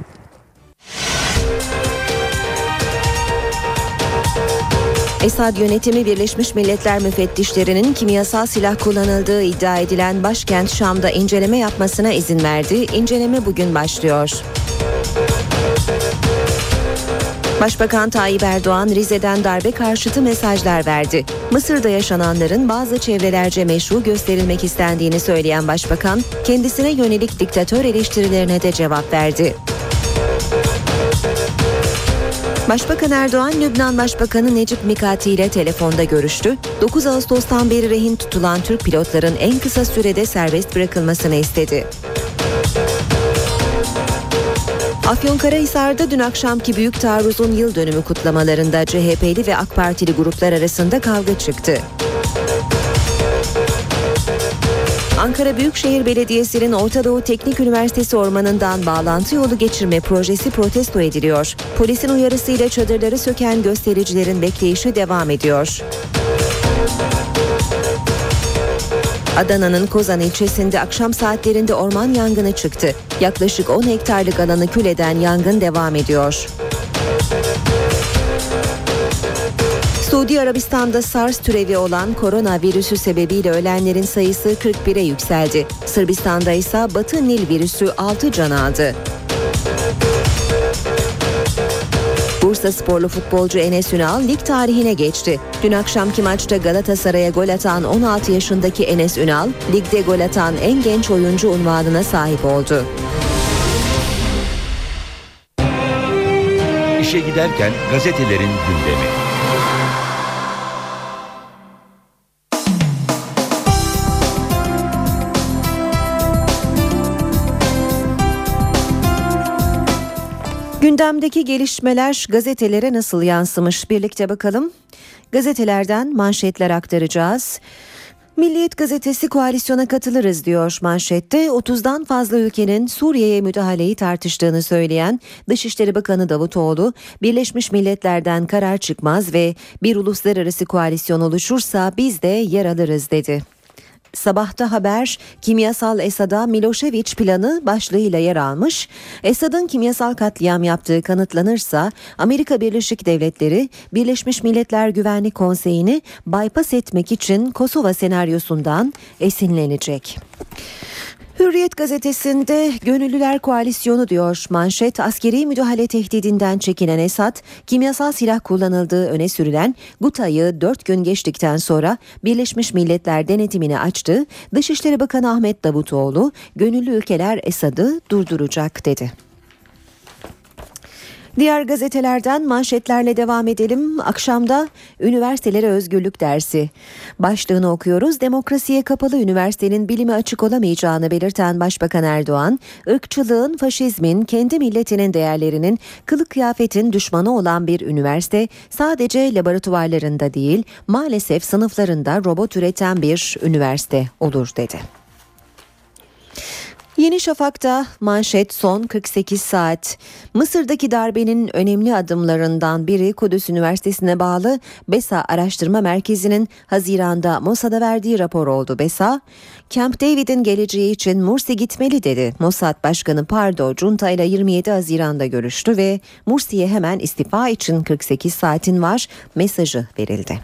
Esad yönetimi Birleşmiş Milletler müfettişlerinin kimyasal silah kullanıldığı iddia edilen başkent Şam'da inceleme yapmasına izin verdi. İnceleme bugün başlıyor. Başbakan Tayyip Erdoğan Rize'den darbe karşıtı mesajlar verdi. Mısır'da yaşananların bazı çevrelerce meşru gösterilmek istendiğini söyleyen başbakan, kendisine yönelik diktatör eleştirilerine de cevap verdi. Başbakan Erdoğan, Lübnan Başbakanı Necip Mikati ile telefonda görüştü. 9 Ağustos'tan beri rehin tutulan Türk pilotların en kısa sürede serbest bırakılmasını istedi. Afyonkarahisar'da dün akşamki büyük taarruzun yıl dönümü kutlamalarında CHP'li ve AK Partili gruplar arasında kavga çıktı. Ankara Büyükşehir Belediyesi'nin Orta Doğu Teknik Üniversitesi ormanından bağlantı yolu geçirme projesi protesto ediliyor. Polisin uyarısıyla çadırları söken göstericilerin bekleyişi devam ediyor. Adana'nın Kozan ilçesinde akşam saatlerinde orman yangını çıktı. Yaklaşık 10 hektarlık alanı kül eden yangın devam ediyor. Suudi Arabistan'da SARS türevi olan koronavirüsü sebebiyle ölenlerin sayısı 41'e yükseldi. Sırbistan'da ise Batı Nil virüsü 6 can aldı. Bursasporlu futbolcu Enes Ünal lig tarihine geçti. Dün akşamki maçta Galatasaray'a gol atan 16 yaşındaki Enes Ünal, ligde gol atan en genç oyuncu unvanına sahip oldu. İşe giderken gazetelerin gündemi. Gündemdeki gelişmeler gazetelere nasıl yansımış? Birlikte bakalım. Gazetelerden manşetler aktaracağız. Milliyet gazetesi koalisyona katılırız diyor manşette. 30'dan fazla ülkenin Suriye'ye müdahaleyi tartıştığını söyleyen Dışişleri Bakanı Davutoğlu, Birleşmiş Milletler'den karar çıkmaz ve bir uluslararası koalisyon oluşursa biz de yer alırız dedi. Sabahta haber, kimyasal Esad'a Milošević planı başlığıyla yer almış. Esad'ın kimyasal katliam yaptığı kanıtlanırsa Amerika Birleşik Devletleri Birleşmiş Milletler Güvenlik Konseyi'ni bypass etmek için Kosova senaryosundan esinlenecek. Hürriyet gazetesinde Gönüllüler Koalisyonu diyor manşet. Askeri müdahale tehdidinden çekinen Esad, kimyasal silah kullanıldığı öne sürülen Guta'yı 4 gün geçtikten sonra Birleşmiş Milletler denetimini açtı. Dışişleri Bakanı Ahmet Davutoğlu, gönüllü ülkeler Esad'ı durduracak dedi. Diğer gazetelerden manşetlerle devam edelim. Akşamda üniversitelere özgürlük dersi başlığını okuyoruz. Demokrasiye kapalı üniversitenin bilime açık olamayacağını belirten Başbakan Erdoğan, ırkçılığın, faşizmin, kendi milletinin değerlerinin, kılık kıyafetin düşmanı olan bir üniversite sadece laboratuvarlarında değil, maalesef sınıflarında robot üreten bir üniversite olur dedi. Yeni Şafak'ta manşet son 48 saat. Mısır'daki darbenin önemli adımlarından biri Kudüs Üniversitesi'ne bağlı BESA Araştırma Merkezi'nin Haziran'da Mossad'a verdiği rapor oldu. BESA, Camp David'in geleceği için Mursi gitmeli dedi. Mossad Başkanı Pardo, Junta ile 27 Haziran'da görüştü ve Mursi'ye hemen istifa için 48 saatin var mesajı verildi.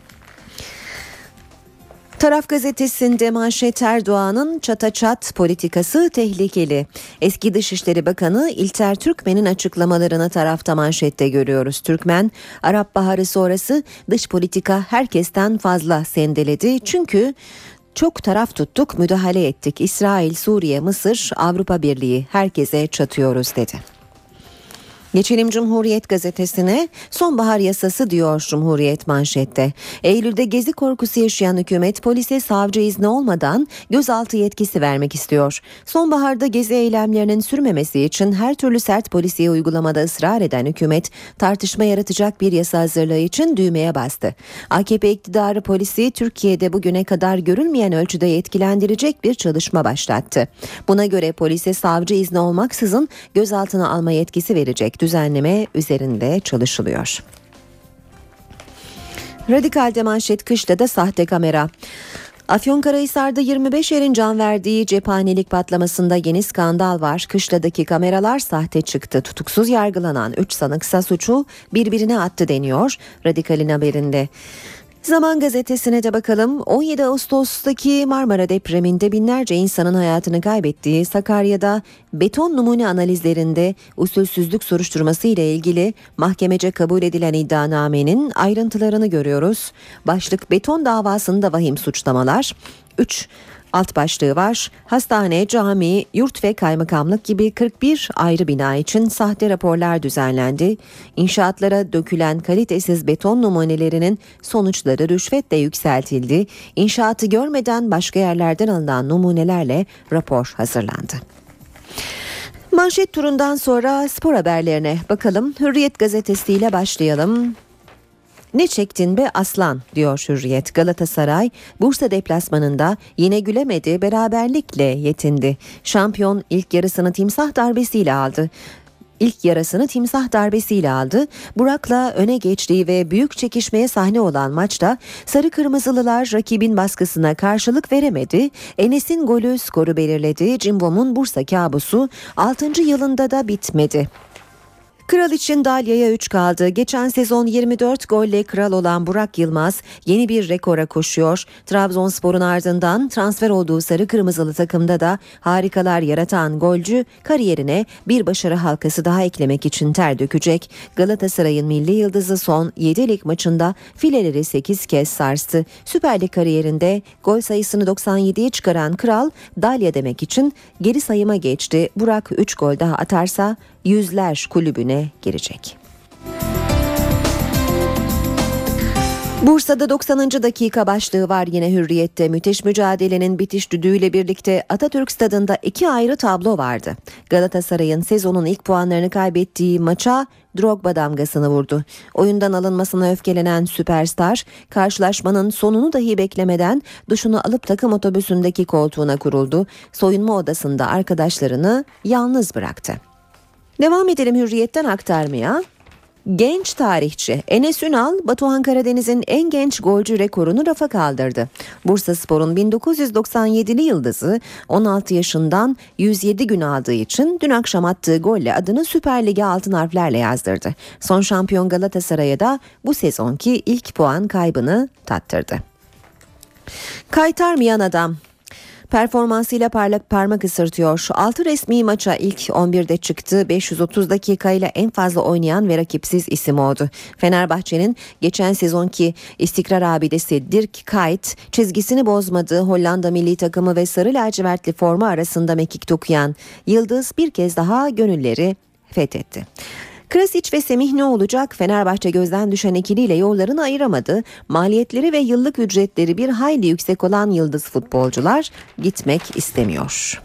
Taraf gazetesinde manşet Erdoğan'ın çataçat politikası tehlikeli. Eski Dışişleri Bakanı İlter Türkmen'in açıklamalarını tarafta manşette görüyoruz. Türkmen, Arap Baharı sonrası dış politika herkesten fazla sendeledi. Çünkü çok taraf tuttuk, müdahale ettik. İsrail, Suriye, Mısır, Avrupa Birliği herkese çatıyoruz dedi. Geçelim Cumhuriyet gazetesine. Sonbahar yasası diyor Cumhuriyet manşette. Eylül'de gezi korkusu yaşayan hükümet polise savcı izni olmadan gözaltı yetkisi vermek istiyor. Sonbaharda gezi eylemlerinin sürmemesi için her türlü sert polisiye uygulamada ısrar eden hükümet tartışma yaratacak bir yasa hazırlığı için düğmeye bastı. AKP iktidarı polisi Türkiye'de bugüne kadar görülmeyen ölçüde yetkilendirecek bir çalışma başlattı. Buna göre polise savcı izni olmaksızın gözaltına alma yetkisi verecek düzenleme üzerinde çalışılıyor. Radikal'de manşet kışlada sahte kamera. Afyonkarahisar'da 25 erin can verdiği cephanelik patlamasında yeni skandal var. Kışladaki kameralar sahte çıktı. Tutuksuz yargılanan 3 sanıksa suçu birbirine attı deniyor Radikal'in haberinde. Zaman gazetesine de bakalım. 17 Ağustos'taki Marmara depreminde binlerce insanın hayatını kaybettiği Sakarya'da beton numune analizlerinde usulsüzlük soruşturması ile ilgili mahkemece kabul edilen iddianamenin ayrıntılarını görüyoruz. Başlık beton davasında vahim suçlamalar. 3 alt başlığı var. Hastane, cami, yurt ve kaymakamlık gibi 41 ayrı bina için sahte raporlar düzenlendi. İnşaatlara dökülen kalitesiz beton numunelerinin sonuçları rüşvetle yükseltildi. İnşaatı görmeden başka yerlerden alınan numunelerle rapor hazırlandı. Manşet turundan sonra spor haberlerine bakalım. Hürriyet gazetesiyle başlayalım. Ne çektin be aslan diyor Hürriyet. Galatasaray Bursa deplasmanında yine gülemedi, beraberlikle yetindi. Şampiyon ilk yarısını timsah darbesiyle aldı. Burak'la öne geçtiği ve büyük çekişmeye sahne olan maçta sarı kırmızılılar rakibin baskısına karşılık veremedi. Enes'in golü skoru belirledi. Cimbom'un Bursa kabusu 6. yılında da bitmedi. Kral için Dalya'ya 3 kaldı. Geçen sezon 24 golle kral olan Burak Yılmaz yeni bir rekora koşuyor. Trabzonspor'un ardından transfer olduğu sarı kırmızılı takımda da harikalar yaratan golcü kariyerine bir başarı halkası daha eklemek için ter dökecek. Galatasaray'ın milli yıldızı son 7 lig maçında fileleri 8 kez sarstı. Süper Lig kariyerinde gol sayısını 97'ye çıkaran kral Dalya demek için geri sayıma geçti. Burak 3 gol daha atarsa yüzler kulübüne girecek. Bursa'da 90. dakika başlığı var yine Hürriyet'te. Müthiş mücadelenin bitiş düdüğüyle birlikte Atatürk Stadı'nda 2 ayrı tablo vardı. Galatasaray'ın sezonun ilk puanlarını kaybettiği maça Drogba damgasını vurdu. Oyundan alınmasına öfkelenen süperstar, karşılaşmanın sonunu dahi beklemeden duşunu alıp takım otobüsündeki koltuğuna kuruldu. Soyunma odasında arkadaşlarını yalnız bıraktı. Devam edelim Hürriyet'ten aktarmaya. Genç tarihçi Enes Ünal, Batuhan Karadeniz'in en genç golcü rekorunu rafa kaldırdı. Bursaspor'un 1997'li yıldızı 16 yaşından 107 gün aldığı için dün akşam attığı golle adını Süper Lig'e altın harflerle yazdırdı. Son şampiyon Galatasaray'a da bu sezonki ilk puan kaybını tattırdı. Kaytarmayan adam performansıyla parmak ısırtıyor. 6 resmi maça ilk 11'de çıktı. 530 dakikayla en fazla oynayan ve rakipsiz isim oldu. Fenerbahçe'nin geçen sezonki istikrar abidesi Dirk Kuyt çizgisini bozmadı. Hollanda milli takımı ve sarı lacivertli forma arasında mekik dokuyan Yıldız bir kez daha gönülleri fethetti. Krasic ve Semih ne olacak? Fenerbahçe gözden düşen ikiliyle yollarını ayıramadı. Maliyetleri ve yıllık ücretleri bir hayli yüksek olan yıldız futbolcular gitmek istemiyor.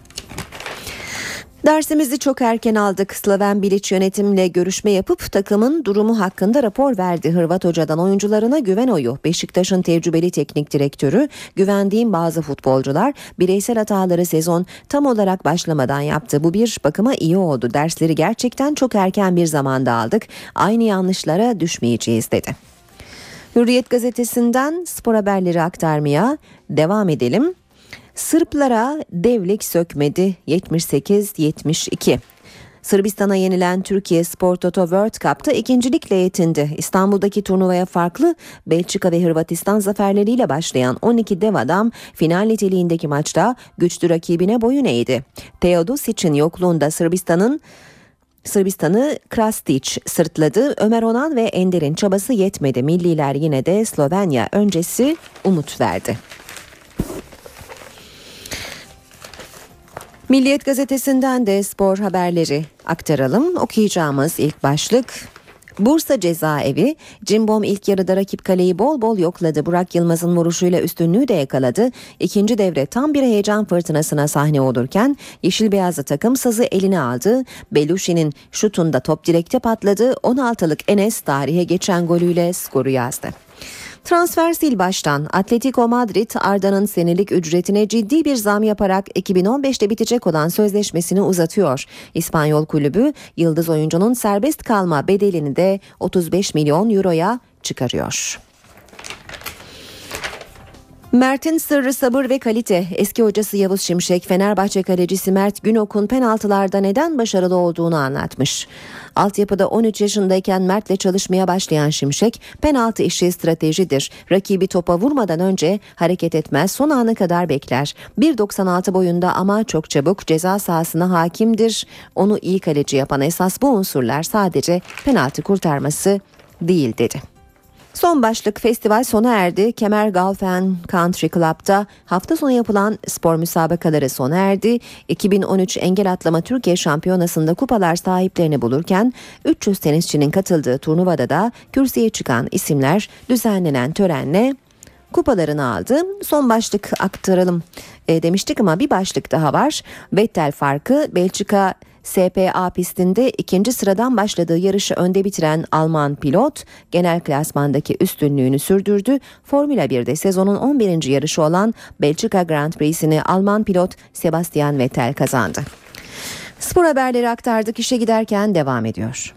Dersimizi çok erken aldık. Slaven Bilic yönetimle görüşme yapıp takımın durumu hakkında rapor verdi. Hırvat hocadan oyuncularına güven oyu. Beşiktaş'ın tecrübeli teknik direktörü, güvendiğim bazı futbolcular bireysel hataları sezon tam olarak başlamadan yaptı. Bu bir bakıma iyi oldu. Dersleri gerçekten çok erken bir zamanda aldık. Aynı yanlışlara düşmeyeceğiz dedi. Hürriyet gazetesinden spor haberleri aktarmaya devam edelim. Sırplara devlik sökmedi 78-72. Sırbistan'a yenilen Türkiye Spor Toto World Cup'ta ikincilikle yetindi. İstanbul'daki turnuvaya farklı Belçika ve Hırvatistan zaferleriyle başlayan 12 dev adam final niteliğindeki maçta güçlü rakibine boyun eğdi. Teodosic'in yokluğunda Sırbistan'ı Krastic sırtladı. Ömer Onan ve Ender'in çabası yetmedi. Milliler yine de Slovenya öncesi umut verdi. Milliyet gazetesinden de spor haberleri aktaralım. Okuyacağımız ilk başlık: Bursa cezaevi, Cimbom ilk yarıda rakip kaleyi bol bol yokladı. Burak Yılmaz'ın vuruşuyla üstünlüğü de yakaladı. İkinci devre tam bir heyecan fırtınasına sahne olurken yeşil beyazlı takım sazı eline aldı. Beluşi'nin şutunda top direkte patladı. 16'lık Enes tarihe geçen golüyle skoru yazdı. Transfer sil baştan. Atletico Madrid Arda'nın senelik ücretine ciddi bir zam yaparak 2015'te bitecek olan sözleşmesini uzatıyor. İspanyol kulübü yıldız oyuncunun serbest kalma bedelini de 35 milyon euroya çıkarıyor. Mert'in sırrı sabır ve kalite. Eski hocası Yavuz Şimşek, Fenerbahçe kalecisi Mert Günok'un penaltılarda neden başarılı olduğunu anlatmış. Altyapıda 13 yaşındayken Mert'le çalışmaya başlayan Şimşek, penaltı işi stratejidir. Rakibi topa vurmadan önce hareket etmez, son ana kadar bekler. 1.96 boyunda ama çok çabuk, ceza sahasına hakimdir. Onu iyi kaleci yapan esas bu unsurlar sadece penaltı kurtarması değil dedi. Son başlık, festival sona erdi. Kemer Golf and Country Club'da hafta sonu yapılan spor müsabakaları sona erdi. 2013 engel atlama Türkiye Şampiyonası'nda kupalar sahiplerini bulurken 300 tenisçinin katıldığı turnuvada da kürsüye çıkan isimler düzenlenen törenle kupalarını aldı. Son başlık aktaralım demiştik ama bir başlık daha var. Vettel farkı, Belçika SPA pistinde ikinci sıradan başladığı yarışı önde bitiren Alman pilot genel klasmandaki üstünlüğünü sürdürdü. Formula 1'de sezonun 11. yarışı olan Belçika Grand Prix'sini Alman pilot Sebastian Vettel kazandı. Spor haberleri aktardık. İşe giderken devam ediyor.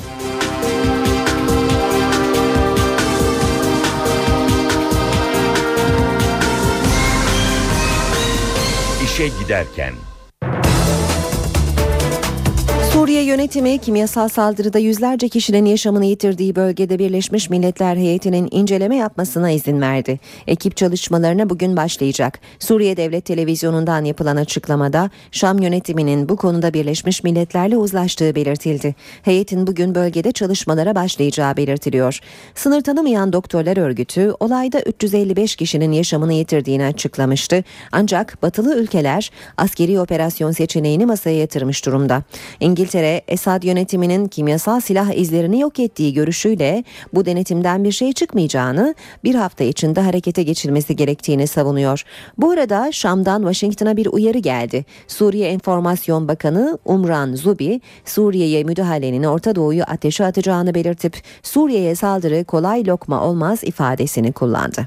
İşe giderken. Suriye yönetimi kimyasal saldırıda yüzlerce kişinin yaşamını yitirdiği bölgede Birleşmiş Milletler heyetinin inceleme yapmasına izin verdi. Ekip çalışmalarına bugün başlayacak. Suriye Devlet Televizyonu'ndan yapılan açıklamada Şam yönetiminin bu konuda Birleşmiş Milletler'le uzlaştığı belirtildi. Heyetin bugün bölgede çalışmalara başlayacağı belirtiliyor. Sınır tanımayan doktorlar örgütü olayda 355 kişinin yaşamını yitirdiğini açıklamıştı. Ancak batılı ülkeler askeri operasyon seçeneğini masaya yatırmış durumda. İngiltere, Esad yönetiminin kimyasal silah izlerini yok ettiği görüşüyle bu denetimden bir şey çıkmayacağını, bir hafta içinde harekete geçilmesi gerektiğini savunuyor. Bu arada Şam'dan Washington'a bir uyarı geldi. Suriye Enformasyon Bakanı Umran Zubi, Suriye'ye müdahalenin Orta Doğu'yu ateşe atacağını belirtip Suriye'ye saldırı kolay lokma olmaz ifadesini kullandı.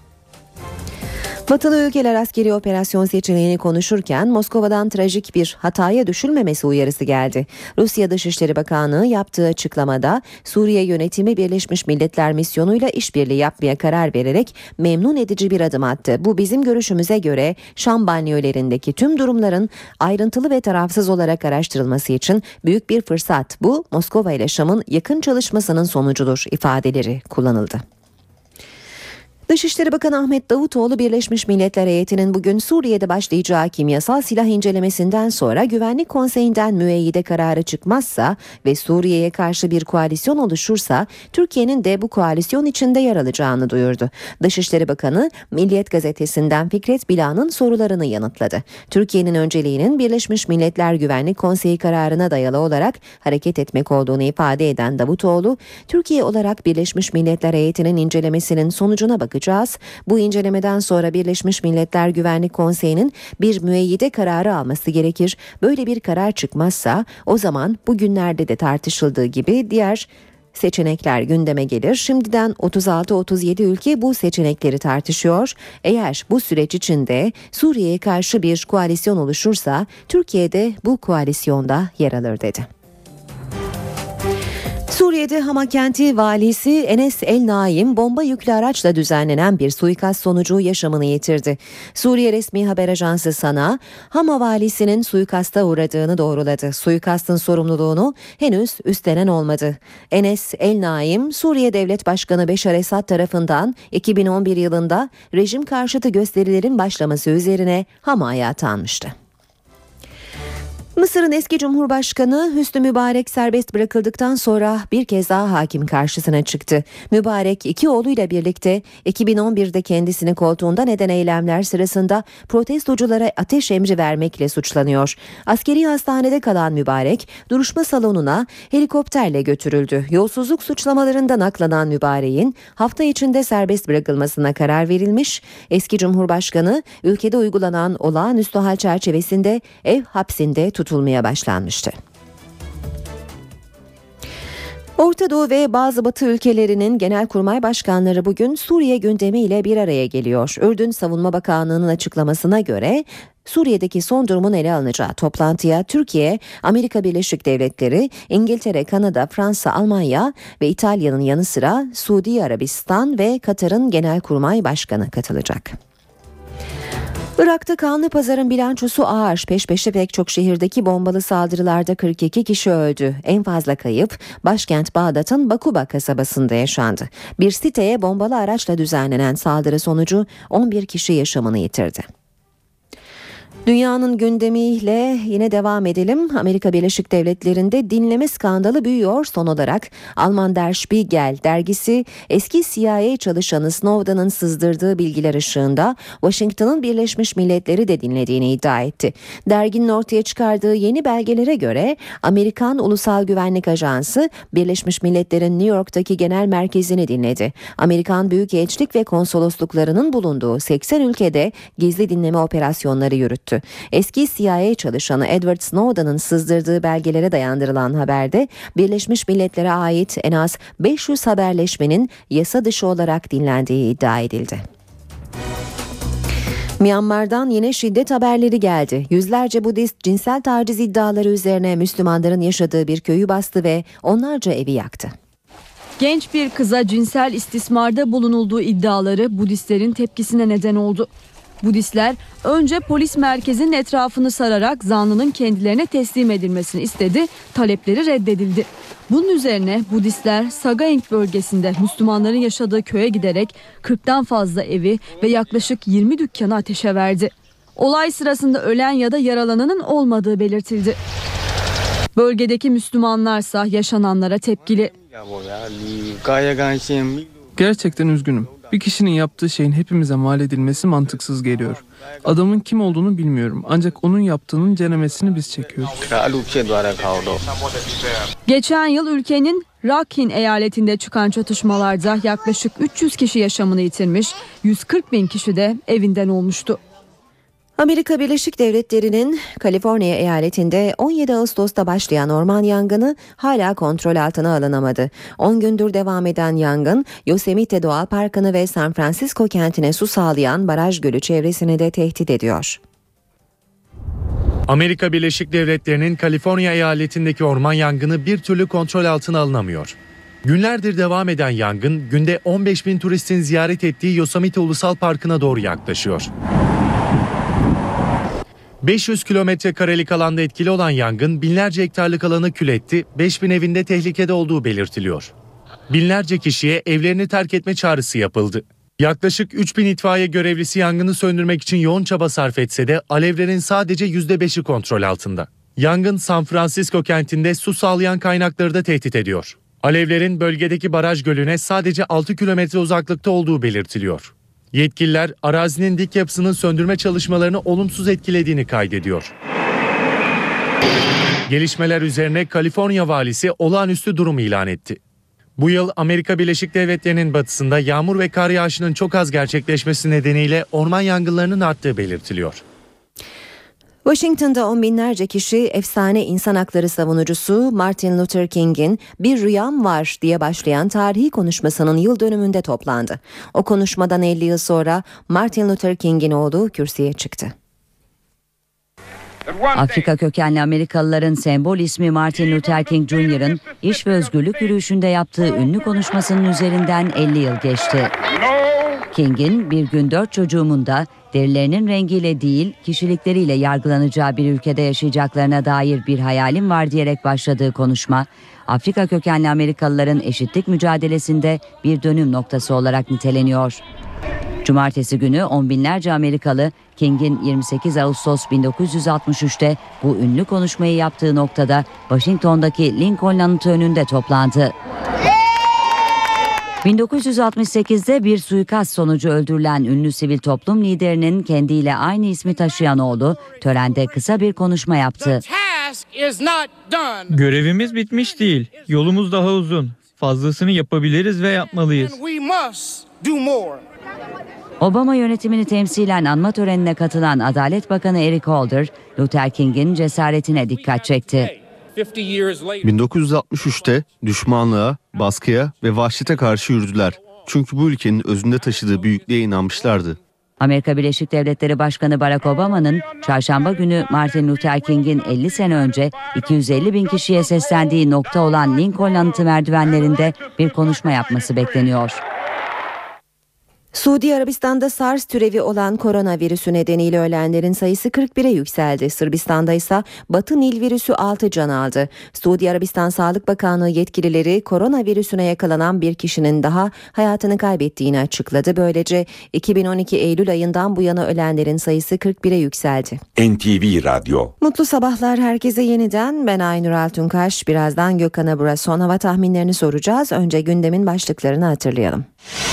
Batılı ülkeler askeri operasyon seçeneğini konuşurken Moskova'dan trajik bir hataya düşülmemesi uyarısı geldi. Rusya Dışişleri Bakanlığı yaptığı açıklamada Suriye yönetimi Birleşmiş Milletler misyonuyla işbirliği yapmaya karar vererek memnun edici bir adım attı. Bu bizim görüşümüze göre Şam banliyölerindeki tüm durumların ayrıntılı ve tarafsız olarak araştırılması için büyük bir fırsat. Bu Moskova ile Şam'ın yakın çalışmasının sonucudur ifadeleri kullanıldı. Dışişleri Bakanı Ahmet Davutoğlu Birleşmiş Milletler heyetinin bugün Suriye'de başlayacağı kimyasal silah incelemesinden sonra Güvenlik Konseyi'nden müeyyide kararı çıkmazsa ve Suriye'ye karşı bir koalisyon oluşursa Türkiye'nin de bu koalisyon içinde yer alacağını duyurdu. Dışişleri Bakanı Milliyet Gazetesi'nden Fikret Bila'nın sorularını yanıtladı. Türkiye'nin önceliğinin Birleşmiş Milletler Güvenlik Konseyi kararına dayalı olarak hareket etmek olduğunu ifade eden Davutoğlu, Türkiye olarak Birleşmiş Milletler heyetinin incelemesinin sonucuna bakacağız. Bu incelemeden sonra Birleşmiş Milletler Güvenlik Konseyi'nin bir müeyyide kararı alması gerekir. Böyle bir karar çıkmazsa o zaman bugünlerde de tartışıldığı gibi diğer seçenekler gündeme gelir. Şimdiden 36-37 ülke bu seçenekleri tartışıyor. Eğer bu süreç içinde Suriye'ye karşı bir koalisyon oluşursa Türkiye de bu koalisyonda yer alır dedi. Suriye'de Hama kenti valisi Enes El Naim bomba yüklü araçla düzenlenen bir suikast sonucu yaşamını yitirdi. Suriye resmi haber ajansı SANA, Hama valisinin suikasta uğradığını doğruladı. Suikastın sorumluluğunu henüz üstlenen olmadı. Enes El Naim, Suriye Devlet Başkanı Beşar Esad tarafından 2011 yılında rejim karşıtı gösterilerin başlaması üzerine Hama'ya atanmıştı. Mısır'ın eski Cumhurbaşkanı Hüsnü Mübarek serbest bırakıldıktan sonra bir kez daha hakim karşısına çıktı. Mübarek iki oğluyla birlikte 2011'de kendisini koltuğundan eden eylemler sırasında protestoculara ateş emri vermekle suçlanıyor. Askeri hastanede kalan Mübarek duruşma salonuna helikopterle götürüldü. Yolsuzluk suçlamalarından aklanan Mübarek'in hafta içinde serbest bırakılmasına karar verilmiş. Eski Cumhurbaşkanı ülkede uygulanan olağanüstü hal çerçevesinde ev hapsinde tutulmaya başlanmıştı. Orta Doğu ve bazı Batı ülkelerinin genelkurmay başkanları bugün Suriye gündemiyle bir araya geliyor. Ürdün Savunma Bakanlığı'nın açıklamasına göre Suriye'deki son durumun ele alınacağı toplantıya Türkiye, Amerika Birleşik Devletleri, İngiltere, Kanada, Fransa, Almanya ve İtalya'nın yanı sıra Suudi Arabistan ve Katar'ın genelkurmay başkanı katılacak. Irak'ta Kanlıpazar'ın bilançosu ağır. Peş peşe pek çok şehirdeki bombalı saldırılarda 42 kişi öldü. En fazla kayıp başkent Bağdat'ın Bakuba kasabasında yaşandı. Bir siteye bombalı araçla düzenlenen saldırı sonucu 11 kişi yaşamını yitirdi. Dünyanın gündemiyle yine devam edelim. Amerika Birleşik Devletleri'nde dinleme skandalı büyüyor. Son olarak Alman Der Spiegel dergisi eski CIA çalışanı Snowden'ın sızdırdığı bilgiler ışığında Washington'ın Birleşmiş Milletleri de dinlediğini iddia etti. Derginin ortaya çıkardığı yeni belgelere göre Amerikan Ulusal Güvenlik Ajansı Birleşmiş Milletler'in New York'taki genel merkezini dinledi. Amerikan büyükelçilik ve konsolosluklarının bulunduğu 80 ülkede gizli dinleme operasyonları yürüttü. Eski CIA çalışanı Edward Snowden'ın sızdırdığı belgelere dayandırılan haberde Birleşmiş Milletler'e ait en az 500 haberleşmenin yasa dışı olarak dinlendiği iddia edildi. Myanmar'dan yine şiddet haberleri geldi. Yüzlerce Budist cinsel taciz iddiaları üzerine Müslümanların yaşadığı bir köyü bastı ve onlarca evi yaktı. Genç bir kıza cinsel istismarda bulunulduğu iddiaları Budistlerin tepkisine neden oldu. Budistler önce polis merkezinin etrafını sararak zanlının kendilerine teslim edilmesini istedi, talepleri reddedildi. Bunun üzerine Budistler Sagaing bölgesinde Müslümanların yaşadığı köye giderek 40'tan fazla evi ve yaklaşık 20 dükkanı ateşe verdi. Olay sırasında ölen ya da yaralananın olmadığı belirtildi. Bölgedeki Müslümanlarsa yaşananlara tepkili. Gerçekten üzgünüm. Bir kişinin yaptığı şeyin hepimize mal edilmesi mantıksız geliyor. Adamın kim olduğunu bilmiyorum. Ancak onun yaptığının cenemesini biz çekiyoruz. Geçen yıl ülkenin Rakhine eyaletinde çıkan çatışmalarda yaklaşık 300 kişi yaşamını yitirmiş, 140 bin kişi de evinden olmuştu. Amerika Birleşik Devletleri'nin Kaliforniya eyaletinde 17 Ağustos'ta başlayan orman yangını hala kontrol altına alınamadı. 10 gündür devam eden yangın Yosemite Doğa Parkı'nı ve San Francisco kentine su sağlayan baraj gölü çevresini de tehdit ediyor. Amerika Birleşik Devletleri'nin Kaliforniya eyaletindeki orman yangını bir türlü kontrol altına alınamıyor. Günlerdir devam eden yangın günde 15 bin turistin ziyaret ettiği Yosemite Ulusal Parkı'na doğru yaklaşıyor. 500 kilometre karelik alanda etkili olan yangın binlerce hektarlık alanı kül etti, 5000 evinde tehlikede olduğu belirtiliyor. Binlerce kişiye evlerini terk etme çağrısı yapıldı. Yaklaşık 3000 itfaiye görevlisi yangını söndürmek için yoğun çaba sarf etse de alevlerin sadece %5'i kontrol altında. Yangın San Francisco kentinde su sağlayan kaynakları da tehdit ediyor. Alevlerin bölgedeki baraj gölüne sadece 6 kilometre uzaklıkta olduğu belirtiliyor. Yetkililer arazinin dik yapısının söndürme çalışmalarını olumsuz etkilediğini kaydediyor. Gelişmeler üzerine Kaliforniya valisi olağanüstü durum ilan etti. Bu yıl Amerika Birleşik Devletleri'nin batısında yağmur ve kar yağışının çok az gerçekleşmesi nedeniyle orman yangınlarının arttığı belirtiliyor. Washington'da on binlerce kişi efsane insan hakları savunucusu Martin Luther King'in "Bir Rüyam Var" diye başlayan tarihi konuşmasının yıl dönümünde toplandı. O konuşmadan 50 yıl sonra Martin Luther King'in oğlu kürsüye çıktı. Afrika kökenli Amerikalıların sembol ismi Martin Luther King Jr.'ın iş ve özgürlük yürüyüşünde yaptığı ünlü konuşmasının üzerinden 50 yıl geçti. King'in "Bir gün 4 çocuğumun da derilerinin rengiyle değil kişilikleriyle yargılanacağı bir ülkede yaşayacaklarına dair bir hayalim var" diyerek başladığı konuşma, Afrika kökenli Amerikalıların eşitlik mücadelesinde bir dönüm noktası olarak niteleniyor. Cumartesi günü on binlerce Amerikalı King'in 28 Ağustos 1963'te bu ünlü konuşmayı yaptığı noktada Washington'daki Lincoln Anıtı önünde toplandı. 1968'de bir suikast sonucu öldürülen ünlü sivil toplum liderinin kendiyle aynı ismi taşıyan oğlu törende kısa bir konuşma yaptı. Görevimiz bitmiş değil. Yolumuz daha uzun. Fazlasını yapabiliriz ve yapmalıyız. Obama yönetimini temsilen anma törenine katılan Adalet Bakanı Eric Holder, Luther King'in cesaretine dikkat çekti. 1963'te düşmanlığa, baskıya ve vahşete karşı yürüdüler. Çünkü bu ülkenin özünde taşıdığı büyüklüğe inanmışlardı. Amerika Birleşik Devletleri Başkanı Barack Obama'nın çarşamba günü Martin Luther King'in 50 sene önce 250 bin kişiye seslendiği nokta olan Lincoln Anıtı merdivenlerinde bir konuşma yapması bekleniyor. Suudi Arabistan'da SARS türevi olan koronavirüsü nedeniyle ölenlerin sayısı 41'e yükseldi. Sırbistan'da ise Batı Nil virüsü 6 can aldı. Suudi Arabistan Sağlık Bakanlığı yetkilileri koronavirüsüne yakalanan bir kişinin daha hayatını kaybettiğini açıkladı. Böylece 2012 Eylül ayından bu yana ölenlerin sayısı 41'e yükseldi. NTV Radyo. Mutlu sabahlar herkese yeniden. Ben Aynur Altunkaş. Birazdan Gökhan Abur'a son hava tahminlerini soracağız. Önce gündemin başlıklarını hatırlayalım.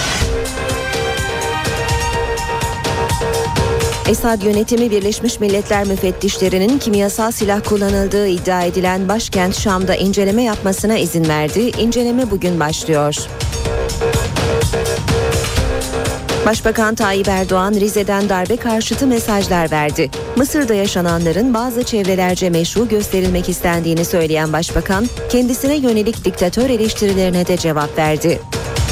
Esad yönetimi Birleşmiş Milletler müfettişlerinin kimyasal silah kullanıldığı iddia edilen başkent Şam'da inceleme yapmasına izin verdi. İnceleme bugün başlıyor. Başbakan Tayyip Erdoğan Rize'den darbe karşıtı mesajlar verdi. Mısır'da yaşananların bazı çevrelerce meşru gösterilmek istendiğini söyleyen başbakan, kendisine yönelik diktatör eleştirilerine de cevap verdi.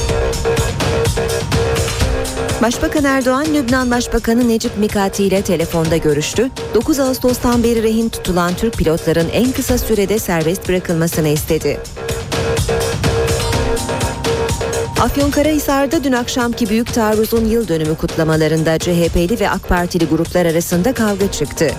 Başbakan Erdoğan, Lübnan Başbakanı Necip Mikati ile telefonda görüştü. 9 Ağustos'tan beri rehin tutulan Türk pilotların en kısa sürede serbest bırakılmasını istedi. Afyonkarahisar'da dün akşamki büyük taarruzun yıl dönümü kutlamalarında CHP'li ve AK Partili gruplar arasında kavga çıktı.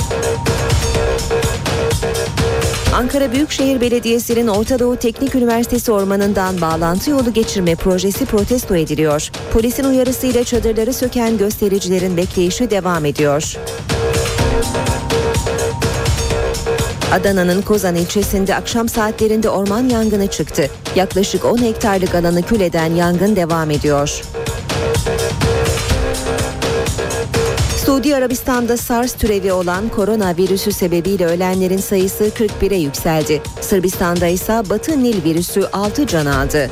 Ankara Büyükşehir Belediyesi'nin Orta Doğu Teknik Üniversitesi ormanından bağlantı yolu geçirme projesi protesto ediliyor. Polisin uyarısıyla çadırları söken göstericilerin bekleyişi devam ediyor. Adana'nın Kozan ilçesinde akşam saatlerinde orman yangını çıktı. Yaklaşık 10 hektarlık alanı kül eden yangın devam ediyor. Suudi Arabistan'da SARS türevi olan koronavirüsü sebebiyle ölenlerin sayısı 41'e yükseldi. Sırbistan'da ise Batı Nil virüsü 6 can aldı.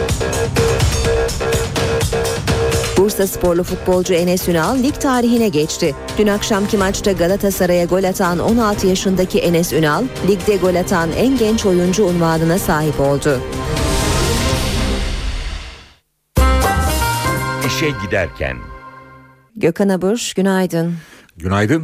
Bursasporlu futbolcu Enes Ünal lig tarihine geçti. Dün akşamki maçta Galatasaray'a gol atan 16 yaşındaki Enes Ünal, ligde gol atan en genç oyuncu unvanına sahip oldu. İşe giderken. Gökhan Abur, günaydın. Günaydın.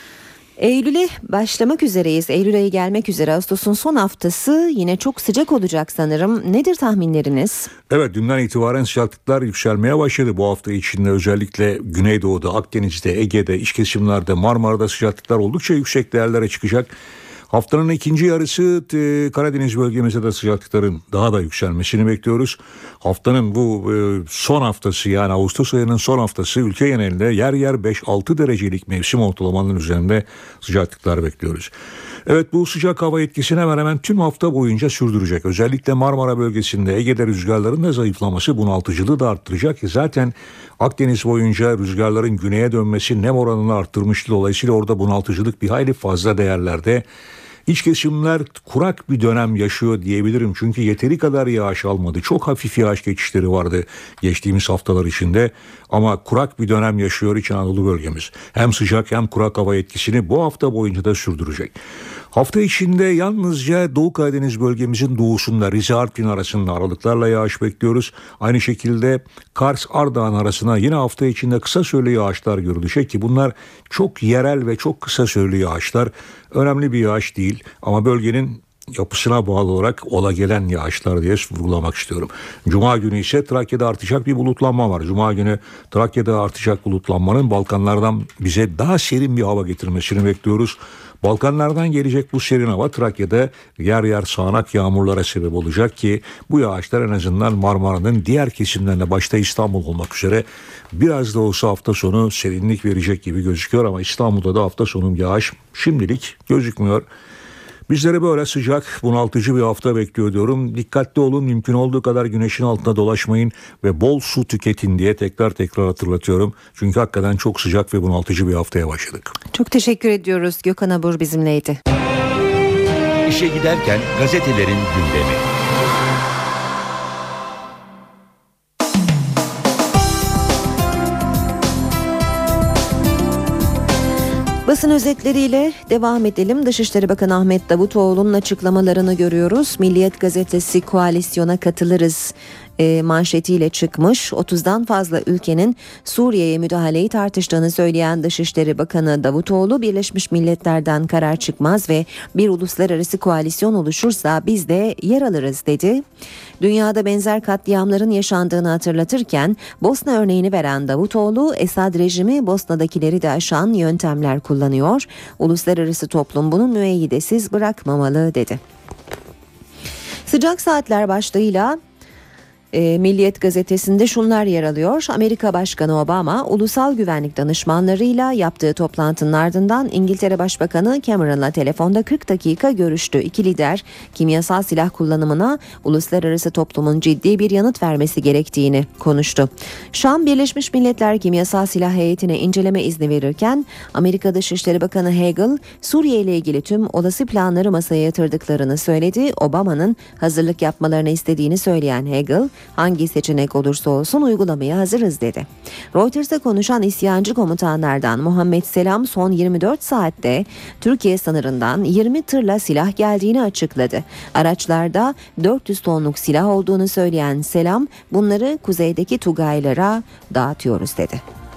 Eylül'e başlamak üzereyiz. Eylül ayı gelmek üzere. Ağustos'un son haftası yine çok sıcak olacak sanırım. Nedir tahminleriniz? Evet, dünden itibaren sıcaklıklar yükselmeye başladı. Bu hafta içinde özellikle Güneydoğu'da, Akdeniz'de, Ege'de, iç kesimlerde, Marmara'da sıcaklıklar oldukça yüksek değerlere çıkacak. Haftanın ikinci yarısı Karadeniz bölgemizde de sıcaklıkların daha da yükselmesini bekliyoruz. Haftanın bu son haftası, yani Ağustos ayının son haftası ülke genelinde yer yer 5-6 derecelik mevsim ortalamanın üzerinde sıcaklıklar bekliyoruz. Evet, bu sıcak hava etkisini hemen hemen tüm hafta boyunca sürdürecek. Özellikle Marmara bölgesinde Ege'de rüzgarların da zayıflaması bunaltıcılığı da arttıracak. Zaten Akdeniz boyunca rüzgarların güneye dönmesi nem oranını arttırmıştı. Dolayısıyla orada bunaltıcılık bir hayli fazla değerlerde. İç kesimler kurak bir dönem yaşıyor diyebilirim. Çünkü yeteri kadar yağış almadı. Çok hafif yağış geçişleri vardı geçtiğimiz haftalar içinde. Ama kurak bir dönem yaşıyor İç Anadolu bölgemiz. Hem sıcak hem kurak hava etkisini bu hafta boyunca da sürdürecek. Hafta içinde yalnızca Doğu Karadeniz bölgemizin doğusunda Rize-Artvin arasında aralıklarla yağış bekliyoruz. Aynı şekilde Kars-Ardahan arasına yine hafta içinde kısa süreli yağışlar görülecek ki bunlar çok yerel ve çok kısa süreli yağışlar. Önemli bir yağış değil ama bölgenin yapısına bağlı olarak ola gelen yağışlar diye vurgulamak istiyorum. Cuma günü ise Trakya'da artacak bir bulutlanma var. Cuma günü Trakya'da artacak bulutlanmanın Balkanlardan bize daha serin bir hava getirmesini bekliyoruz. Balkanlardan gelecek bu serin hava Trakya'da yer yer sağanak yağmurlara sebep olacak ki bu yağışlar en azından Marmara'nın diğer kesimlerine, başta İstanbul olmak üzere biraz da olsa hafta sonu serinlik verecek gibi gözüküyor ama İstanbul'da da hafta sonu yağış şimdilik gözükmüyor. Bizlere böyle sıcak, bunaltıcı bir hafta bekliyor diyorum. Dikkatli olun, mümkün olduğu kadar güneşin altında dolaşmayın ve bol su tüketin diye tekrar hatırlatıyorum. Çünkü hakikaten çok sıcak ve bunaltıcı bir haftaya başladık. Çok teşekkür ediyoruz. Gökhan Abur bizimleydi. İşe giderken gazetelerin gündemi. Basın özetleriyle devam edelim. Dışişleri Bakanı Ahmet Davutoğlu'nun açıklamalarını görüyoruz. Milliyet gazetesi koalisyona katılırız manşetiyle çıkmış. 30'dan fazla ülkenin Suriye'ye müdahaleyi tartıştığını söyleyen Dışişleri Bakanı Davutoğlu, Birleşmiş Milletler'den karar çıkmaz ve bir uluslararası koalisyon oluşursa biz de yer alırız dedi. Dünyada benzer katliamların yaşandığını hatırlatırken Bosna örneğini veren Davutoğlu, Esad rejimi Bosna'dakileri de aşan yöntemler kullanıyor. Uluslararası toplum bunu müeyyidesiz bırakmamalı dedi. Sıcak saatler başlığıyla Milliyet gazetesinde şunlar yer alıyor. Amerika Başkanı Obama, ulusal güvenlik danışmanlarıyla yaptığı toplantının ardından İngiltere Başbakanı Cameron'la telefonda 40 dakika görüştü. İki lider kimyasal silah kullanımına uluslararası toplumun ciddi bir yanıt vermesi gerektiğini konuştu. Şam, Birleşmiş Milletler kimyasal silah heyetine inceleme izni verirken Amerika Dışişleri Bakanı Hagel, Suriye ile ilgili tüm olası planları masaya yatırdıklarını söyledi. Obama'nın hazırlık yapmalarını istediğini söyleyen Hagel, hangi seçenek olursa olsun uygulamaya hazırız dedi. Reuters'a konuşan isyancı komutanlardan Muhammed Selam son 24 saatte Türkiye sınırından 20 tırla silah geldiğini açıkladı. Araçlarda 400 tonluk silah olduğunu söyleyen Selam, bunları kuzeydeki Tugaylara dağıtıyoruz dedi.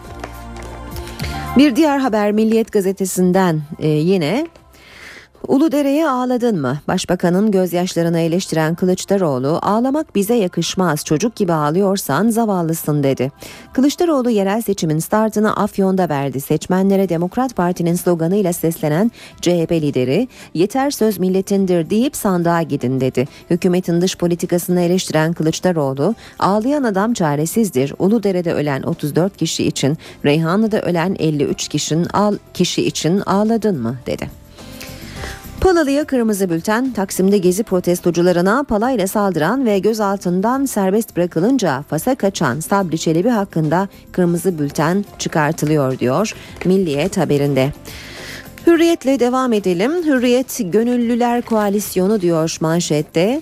Bir diğer haber Milliyet gazetesinden yine... Uludere'ye ağladın mı? Başbakanın gözyaşlarını eleştiren Kılıçdaroğlu, ağlamak bize yakışmaz, çocuk gibi ağlıyorsan zavallısın dedi. Kılıçdaroğlu yerel seçimin startını Afyon'da verdi. Seçmenlere Demokrat Parti'nin sloganıyla seslenen CHP lideri, yeter söz milletindir deyip sandığa gidin dedi. Hükümetin dış politikasını eleştiren Kılıçdaroğlu, ağlayan adam çaresizdir. Uludere'de ölen 34 kişi için, Reyhanlı'da ölen 53 kişi için ağladın mı dedi. Palalı'ya kırmızı bülten, Taksim'de gezi protestocularına palayla saldıran ve gözaltından serbest bırakılınca Fas'a kaçan Sabri Çelebi hakkında kırmızı bülten çıkartılıyor diyor Milliyet haberinde. Hürriyetle devam edelim. Hürriyet Gönüllüler Koalisyonu diyor manşette.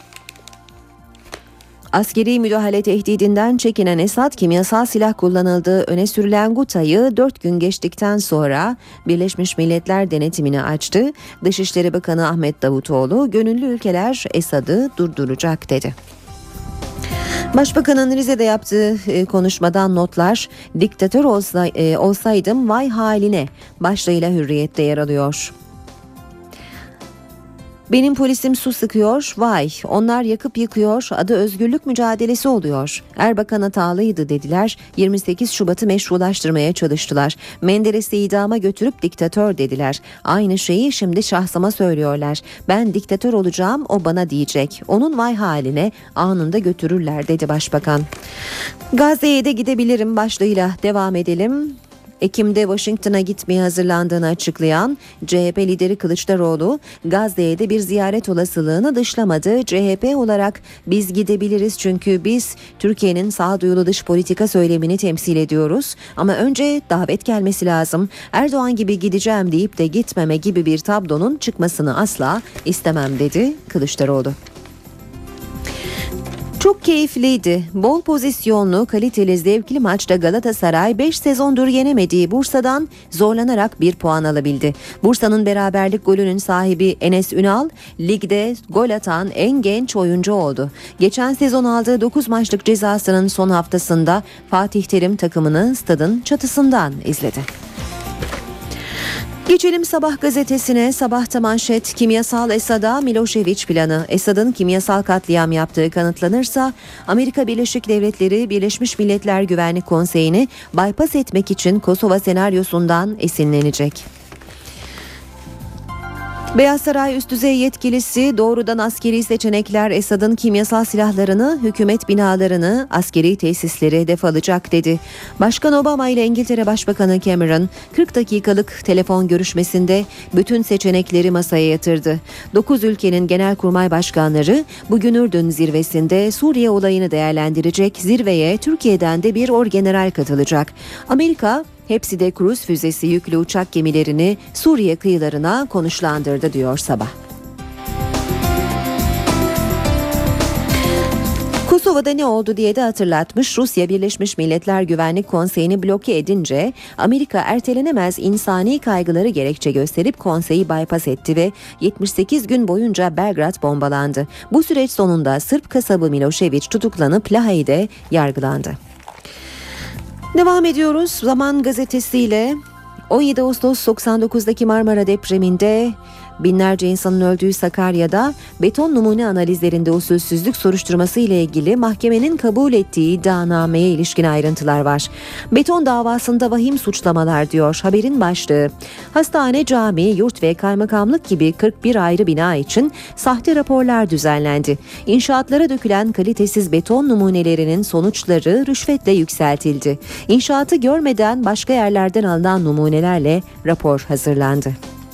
Askeri müdahale tehdidinden çekinen Esad, kimyasal silah kullanıldığı öne sürülen Guta'yı 4 gün geçtikten sonra Birleşmiş Milletler denetimini açtı. Dışişleri Bakanı Ahmet Davutoğlu, gönüllü ülkeler Esad'ı durduracak dedi. Başbakanın Rize'de yaptığı konuşmadan notlar, diktatör olsaydım vay haline başlığıyla Hürriyet'te yer alıyor. Benim polisim su sıkıyor, vay onlar yakıp yıkıyor, adı özgürlük mücadelesi oluyor. Erbakan hatalıydı dediler, 28 Şubat'ı meşrulaştırmaya çalıştılar. Menderes'i idama götürüp diktatör dediler. Aynı şeyi şimdi şahsıma söylüyorlar. Ben diktatör olacağım, o bana diyecek. Onun vay haline anında götürürler dedi başbakan. Gazze'ye de gidebilirim başlığıyla devam edelim. Ekim'de Washington'a gitmeye hazırlandığını açıklayan CHP lideri Kılıçdaroğlu, Gazze'ye de bir ziyaret olasılığını dışlamadı. CHP olarak biz gidebiliriz çünkü biz Türkiye'nin sağduyulu dış politika söylemini temsil ediyoruz. Ama önce davet gelmesi lazım. Erdoğan gibi gideceğim deyip de gitmeme gibi bir tablonun çıkmasını asla istemem dedi Kılıçdaroğlu. Çok keyifliydi. Bol pozisyonlu, kaliteli, zevkli maçta Galatasaray 5 sezondur yenemediği Bursa'dan zorlanarak 1 puan alabildi. Bursa'nın beraberlik golünün sahibi Enes Ünal, ligde gol atan en genç oyuncu oldu. Geçen sezon aldığı 9 maçlık cezasının son haftasında Fatih Terim takımını stadın çatısından izledi. Geçelim Sabah gazetesine. Sabahta manşet, kimyasal Esad'a Milošević planı. Esad'ın kimyasal katliam yaptığı kanıtlanırsa Amerika Birleşik Devletleri Birleşmiş Milletler Güvenlik Konseyi'ni bypass etmek için Kosova senaryosundan esinlenecek. Beyaz Saray üst düzey yetkilisi doğrudan askeri seçenekler Esad'ın kimyasal silahlarını, hükümet binalarını, askeri tesisleri hedef alacak dedi. Başkan Obama ile İngiltere Başbakanı Cameron 40 dakikalık telefon görüşmesinde bütün seçenekleri masaya yatırdı. 9 ülkenin genelkurmay başkanları bugün Ürdün zirvesinde Suriye olayını değerlendirecek. Zirveye Türkiye'den de bir orgeneral katılacak. Amerika hepsi de kruz füzesi yüklü uçak gemilerini Suriye kıyılarına konuşlandırdı diyor Sabah. Moskova'da ne oldu diye de hatırlatmış. Rusya Birleşmiş Milletler Güvenlik Konseyi'ni bloke edince Amerika ertelenemez insani kaygıları gerekçe gösterip konseyi bypass etti ve 78 gün boyunca Belgrad bombalandı. Bu süreç sonunda Sırp kasabı Milošević tutuklanıp Lahey'de yargılandı. Devam ediyoruz Zaman gazetesiyle. 17 Ağustos 99'daki Marmara depreminde binlerce insanın öldüğü Sakarya'da beton numune analizlerinde usulsüzlük soruşturması ile ilgili mahkemenin kabul ettiği iddianameye ilişkin ayrıntılar var. Beton davasında vahim suçlamalar diyor haberin başlığı. Hastane, cami, yurt ve kaymakamlık gibi 41 ayrı bina için sahte raporlar düzenlendi. İnşaatlara dökülen kalitesiz beton numunelerinin sonuçları rüşvetle yükseltildi. İnşaatı görmeden başka yerlerden alınan numunelerle rapor hazırlandı.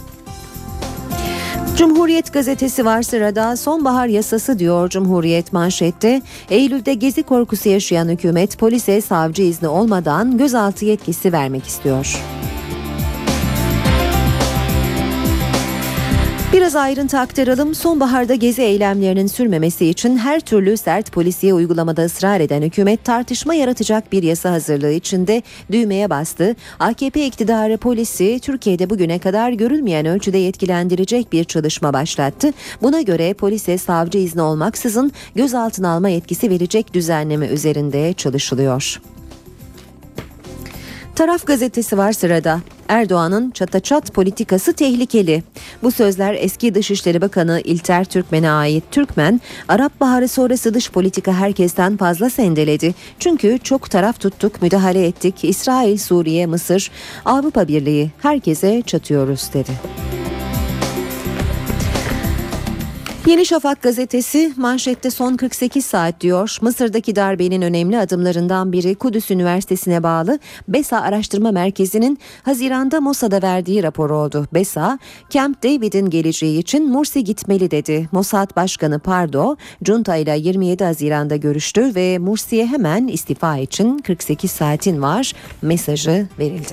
Cumhuriyet gazetesi var sırada. Sonbahar yasası diyor Cumhuriyet manşette. Eylül'de gezi korkusu yaşayan hükümet polise savcı izni olmadan gözaltı yetkisi vermek istiyor. Biraz ayrıntı aktaralım. Sonbaharda gezi eylemlerinin sürmemesi için her türlü sert polisiye uygulamada ısrar eden hükümet tartışma yaratacak bir yasa hazırlığı içinde düğmeye bastı. AKP iktidarı polisi Türkiye'de bugüne kadar görülmeyen ölçüde yetkilendirecek bir çalışma başlattı. Buna göre polise savcı izni olmaksızın gözaltına alma yetkisi verecek düzenleme üzerinde çalışılıyor. Taraf gazetesi var sırada. Erdoğan'ın çataçat politikası tehlikeli. Bu sözler eski Dışişleri Bakanı İlter Türkmen'e ait. Türkmen, Arap Baharı sonrası dış politika herkesten fazla sendeledi. Çünkü çok taraf tuttuk, müdahale ettik. İsrail, Suriye, Mısır, Avrupa Birliği herkese çatıyoruz dedi. Yeni Şafak gazetesi manşette son 48 saat diyor. Mısır'daki darbenin önemli adımlarından biri Kudüs Üniversitesi'ne bağlı BESA Araştırma Merkezi'nin Haziran'da Mossad'a verdiği rapor oldu. BESA, Camp David'in geleceği için Mursi gitmeli dedi. Mossad Başkanı Pardo, Junta ile 27 Haziran'da görüştü ve Mursi'ye hemen istifa için 48 saatin var mesajı verildi.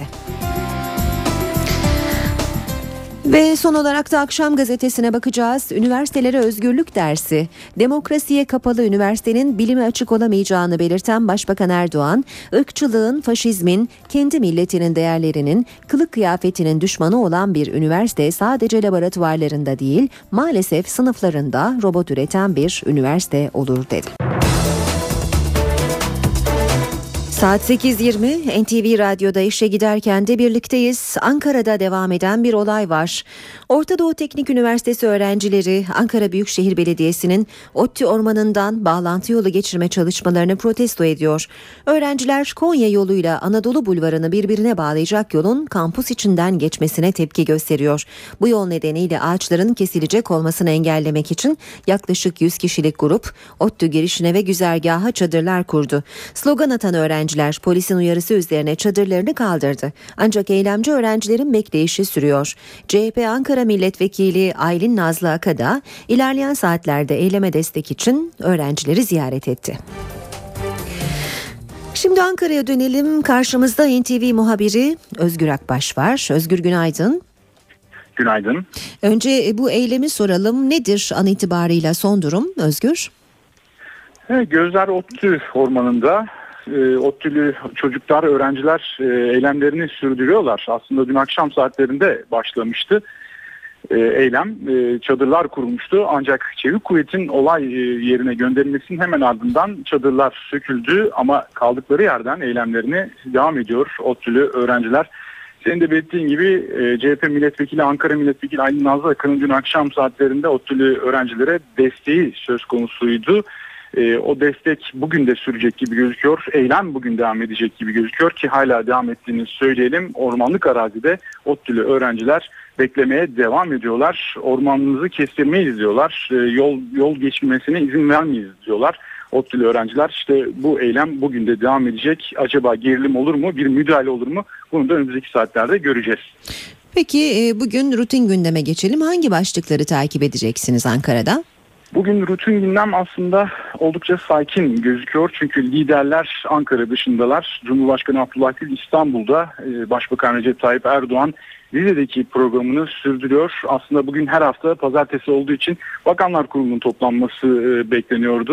Ve son olarak da Akşam gazetesine bakacağız. Üniversitelere özgürlük dersi. Demokrasiye kapalı üniversitenin bilime açık olamayacağını belirten Başbakan Erdoğan, ırkçılığın, faşizmin, kendi milletinin değerlerinin, kılık kıyafetinin düşmanı olan bir üniversite sadece laboratuvarlarında değil, maalesef sınıflarında robot üreten bir üniversite olur dedi. Saat 8.20 NTV Radyo'da işe giderken de birlikteyiz. Ankara'da devam eden bir olay var. Orta Doğu Teknik Üniversitesi öğrencileri Ankara Büyükşehir Belediyesi'nin ODTÜ Ormanı'ndan bağlantı yolu geçirme çalışmalarını protesto ediyor. Öğrenciler Konya yoluyla Anadolu Bulvarı'nı birbirine bağlayacak yolun kampüs içinden geçmesine tepki gösteriyor. Bu yol nedeniyle ağaçların kesilecek olmasını engellemek için yaklaşık 100 kişilik grup ODTÜ girişine ve güzergaha çadırlar kurdu. Slogan atan öğrenciler polisin uyarısı üzerine çadırlarını kaldırdı. Ancak eylemci öğrencilerin bekleyişi sürüyor. CHP Ankara Milletvekili Aylin Nazlı Akada ilerleyen saatlerde eyleme destek için öğrencileri ziyaret etti. Şimdi Ankara'ya dönelim. Karşımızda NTV muhabiri Özgür Akbaş var. Özgür, günaydın. Günaydın. Önce bu eylemi soralım. Nedir an itibarıyla son durum Özgür? Gözler ODTÜ Ormanı'nda ODTÜ'lü çocuklar, öğrenciler eylemlerini sürdürüyorlar. Aslında dün akşam saatlerinde başlamıştı eylem. Çadırlar kurulmuştu ancak Çevik Kuvvet'in olay yerine gönderilmesinin hemen ardından çadırlar söküldü ama kaldıkları yerden eylemlerini devam ediyor ODTÜ'lü öğrenciler. Senin de belirttiğin gibi CHP Milletvekili, Ankara Milletvekili Aylin Nazlı Akın'ın dün akşam saatlerinde ODTÜ'lü öğrencilere desteği söz konusuydu. O destek bugün de sürecek gibi gözüküyor. Eylem bugün devam edecek gibi gözüküyor ki hala devam ettiğini söyleyelim. Ormanlık arazide ODTÜ'lü öğrenciler beklemeye devam ediyorlar. Ormanımızı kestirmeyiz diyorlar. Yol geçmesine izin vermeyiz diyorlar. ODTÜ'lü öğrenciler işte bu eylem bugün de devam edecek. Acaba gerilim olur mu? Bir müdahale olur mu? Bunu da önümüzdeki saatlerde göreceğiz. Peki bugün rutin gündeme geçelim. Hangi başlıkları takip edeceksiniz Ankara'da? Bugün rutin gündem aslında oldukça sakin gözüküyor. Çünkü liderler Ankara dışındalar. Cumhurbaşkanı Abdullah Gül İstanbul'da, Başbakan Recep Tayyip Erdoğan Rize'deki programını sürdürüyor. Aslında bugün her hafta pazartesi olduğu için Bakanlar Kurulu'nun toplanması bekleniyordu.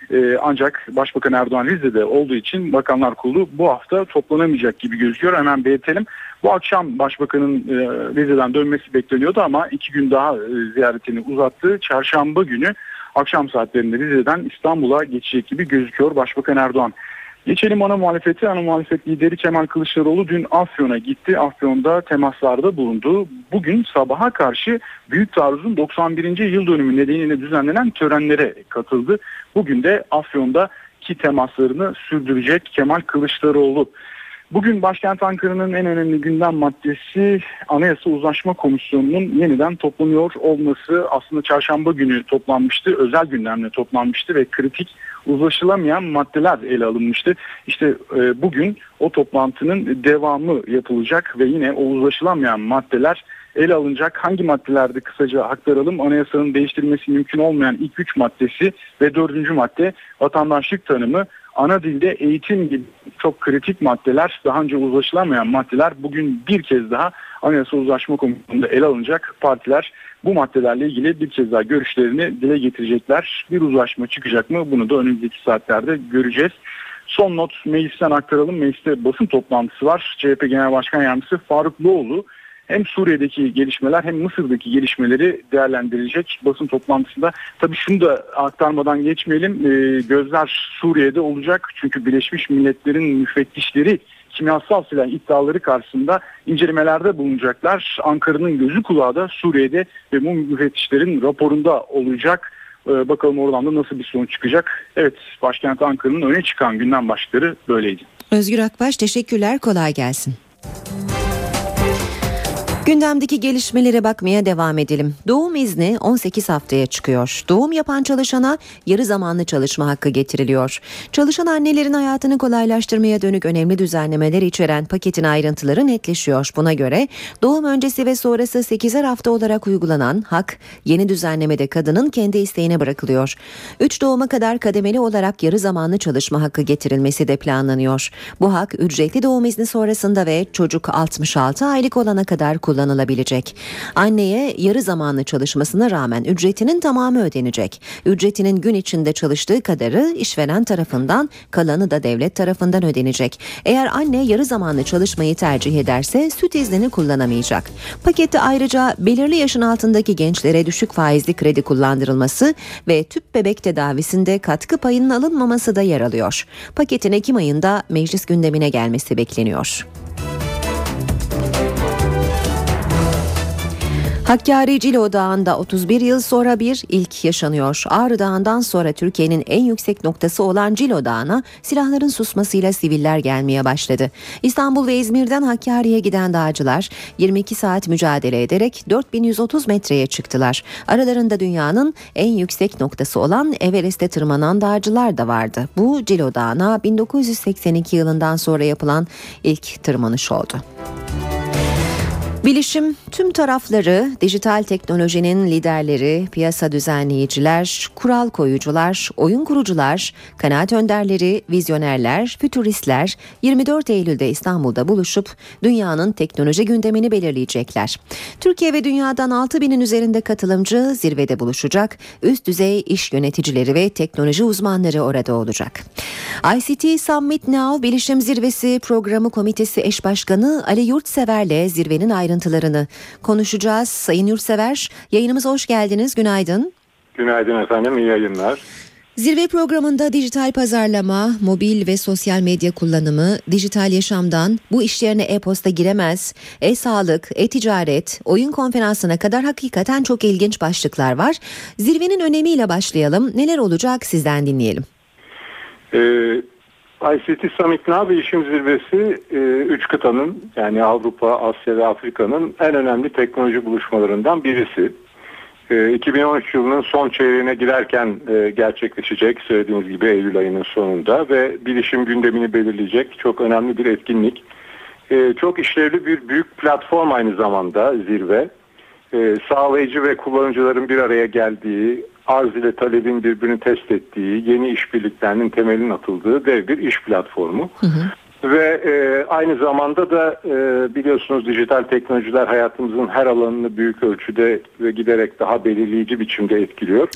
Ancak Başbakan Erdoğan Rize'de olduğu için Bakanlar Kurulu bu hafta toplanamayacak gibi gözüküyor. Hemen belirtelim. Bu akşam Başbakan'ın Rize'den dönmesi bekleniyordu ama 2 gün daha ziyaretini uzattı. Çarşamba günü akşam saatlerinde Rize'den İstanbul'a geçecek gibi gözüküyor Başbakan Erdoğan. Geçelim ana muhalefete. Ana muhalefet lideri Kemal Kılıçdaroğlu dün Afyon'a gitti. Afyon'da temaslarda bulundu. Bugün sabaha karşı Büyük Taarruz'un 91. yıl dönümü nedeniyle düzenlenen törenlere katıldı. Bugün de Afyon'daki temaslarını sürdürecek Kemal Kılıçdaroğlu. Bugün başkent Ankara'nın en önemli gündem maddesi Anayasa Uzlaşma Komisyonu'nun yeniden toplanıyor olması. Aslında çarşamba günü toplanmıştı, özel gündemle toplanmıştı ve kritik uzlaşılamayan maddeler ele alınmıştı. İşte bugün o toplantının devamı yapılacak ve yine o uzlaşılamayan maddeler ele alınacak. Hangi maddelerde kısaca aktaralım? Anayasanın değiştirilmesi mümkün olmayan ilk 3 maddesi ve 4. madde vatandaşlık tanımı, ana dilde eğitim gibi çok kritik maddeler, daha önce uzlaşılamayan maddeler bugün bir kez daha Anayasa Uzlaşma Komisyonu'nda ele alınacak. Partiler bu maddelerle ilgili bir kez daha görüşlerini dile getirecekler. Bir uzlaşma çıkacak mı? Bunu da önümüzdeki saatlerde göreceğiz. Son not meclisten aktaralım. Mecliste basın toplantısı var. CHP Genel Başkan Yardımcısı Faruk Loğlu hem Suriye'deki gelişmeler hem Mısır'daki gelişmeleri değerlendirecek basın toplantısında. Tabii şunu da aktarmadan geçmeyelim. Gözler Suriye'de olacak. Çünkü Birleşmiş Milletler'in müfettişleri kimyasal silah iddiaları karşısında incelemelerde bulunacaklar. Ankara'nın gözü kulağı da Suriye'de ve bu müfettişlerin raporunda olacak. Bakalım oradan da nasıl bir sonuç çıkacak. Evet, başkent Ankara'nın öne çıkan gündem başlıkları böyleydi. Özgür Akbaş, teşekkürler, kolay gelsin. Gündemdeki gelişmelere bakmaya devam edelim. Doğum izni 18 haftaya çıkıyor. Doğum yapan çalışana yarı zamanlı çalışma hakkı getiriliyor. Çalışan annelerin hayatını kolaylaştırmaya dönük önemli düzenlemeler içeren paketin ayrıntıları netleşiyor. Buna göre doğum öncesi ve sonrası 8'er hafta olarak uygulanan hak yeni düzenlemede kadının kendi isteğine bırakılıyor. 3 doğuma kadar kademeli olarak yarı zamanlı çalışma hakkı getirilmesi de planlanıyor. Bu hak ücretli doğum izni sonrasında ve çocuk 66 aylık olana kadar kullanılabilecek. Anneye yarı zamanlı çalışmasına rağmen ücretinin tamamı ödenecek. Ücretinin gün içinde çalıştığı kadarı işveren tarafından, kalanı da devlet tarafından ödenecek. Eğer anne yarı zamanlı çalışmayı tercih ederse süt iznini kullanamayacak. Pakette ayrıca belirli yaşın altındaki gençlere düşük faizli kredi kullandırılması ve tüp bebek tedavisinde katkı payının alınmaması da yer alıyor. Paketin Ekim ayında meclis gündemine gelmesi bekleniyor. Hakkari Cilo Dağı'nda 31 yıl sonra bir ilk yaşanıyor. Ağrı Dağı'ndan sonra Türkiye'nin en yüksek noktası olan Cilo Dağı'na silahların susmasıyla siviller gelmeye başladı. İstanbul ve İzmir'den Hakkari'ye giden dağcılar 22 saat mücadele ederek 4130 metreye çıktılar. Aralarında dünyanın en yüksek noktası olan Everest'e tırmanan dağcılar da vardı. Bu Cilo Dağı'na 1982 yılından sonra yapılan ilk tırmanış oldu. Bilişim tüm tarafları, dijital teknolojinin liderleri, piyasa düzenleyiciler, kural koyucular, oyun kurucular, kanaat önderleri, vizyonerler, fütüristler 24 Eylül'de İstanbul'da buluşup dünyanın teknoloji gündemini belirleyecekler. Türkiye ve dünyadan 6000'in üzerinde katılımcı zirvede buluşacak. Üst düzey iş yöneticileri ve teknoloji uzmanları orada olacak. ICT Summit Now Bilişim Zirvesi Programı Komitesi Eş Başkanı Ali Yurtsever'le zirvenin ayrıntılarını konuşacağız. Sayın Yurtsever, yayınımıza hoş geldiniz. Günaydın. Günaydın efendim, iyi yayınlar. Zirve programında dijital pazarlama, mobil ve sosyal medya kullanımı, dijital yaşamdan bu işlerine e-posta giremez, e-sağlık, e-ticaret, oyun konferansına kadar hakikaten çok ilginç başlıklar var. Zirvenin önemiyle başlayalım. Neler olacak, sizden dinleyelim. ICT Summit Now Bilişim Zirvesi 3 kıtanın, yani Avrupa, Asya ve Afrika'nın en önemli teknoloji buluşmalarından birisi. 2013 yılının son çeyreğine girerken gerçekleşecek, söylediğiniz gibi Eylül ayının sonunda ve bilişim gündemini belirleyecek çok önemli bir etkinlik. Çok işlevli bir büyük platform aynı zamanda zirve. Sağlayıcı ve kullanıcıların bir araya geldiği, arz ile talebin birbirini test ettiği, yeni işbirliklerinin temelinin atıldığı dev bir iş platformu. Ve aynı zamanda da biliyorsunuz dijital teknolojiler hayatımızın her alanını büyük ölçüde ve giderek daha belirleyici biçimde etkiliyor. Evet.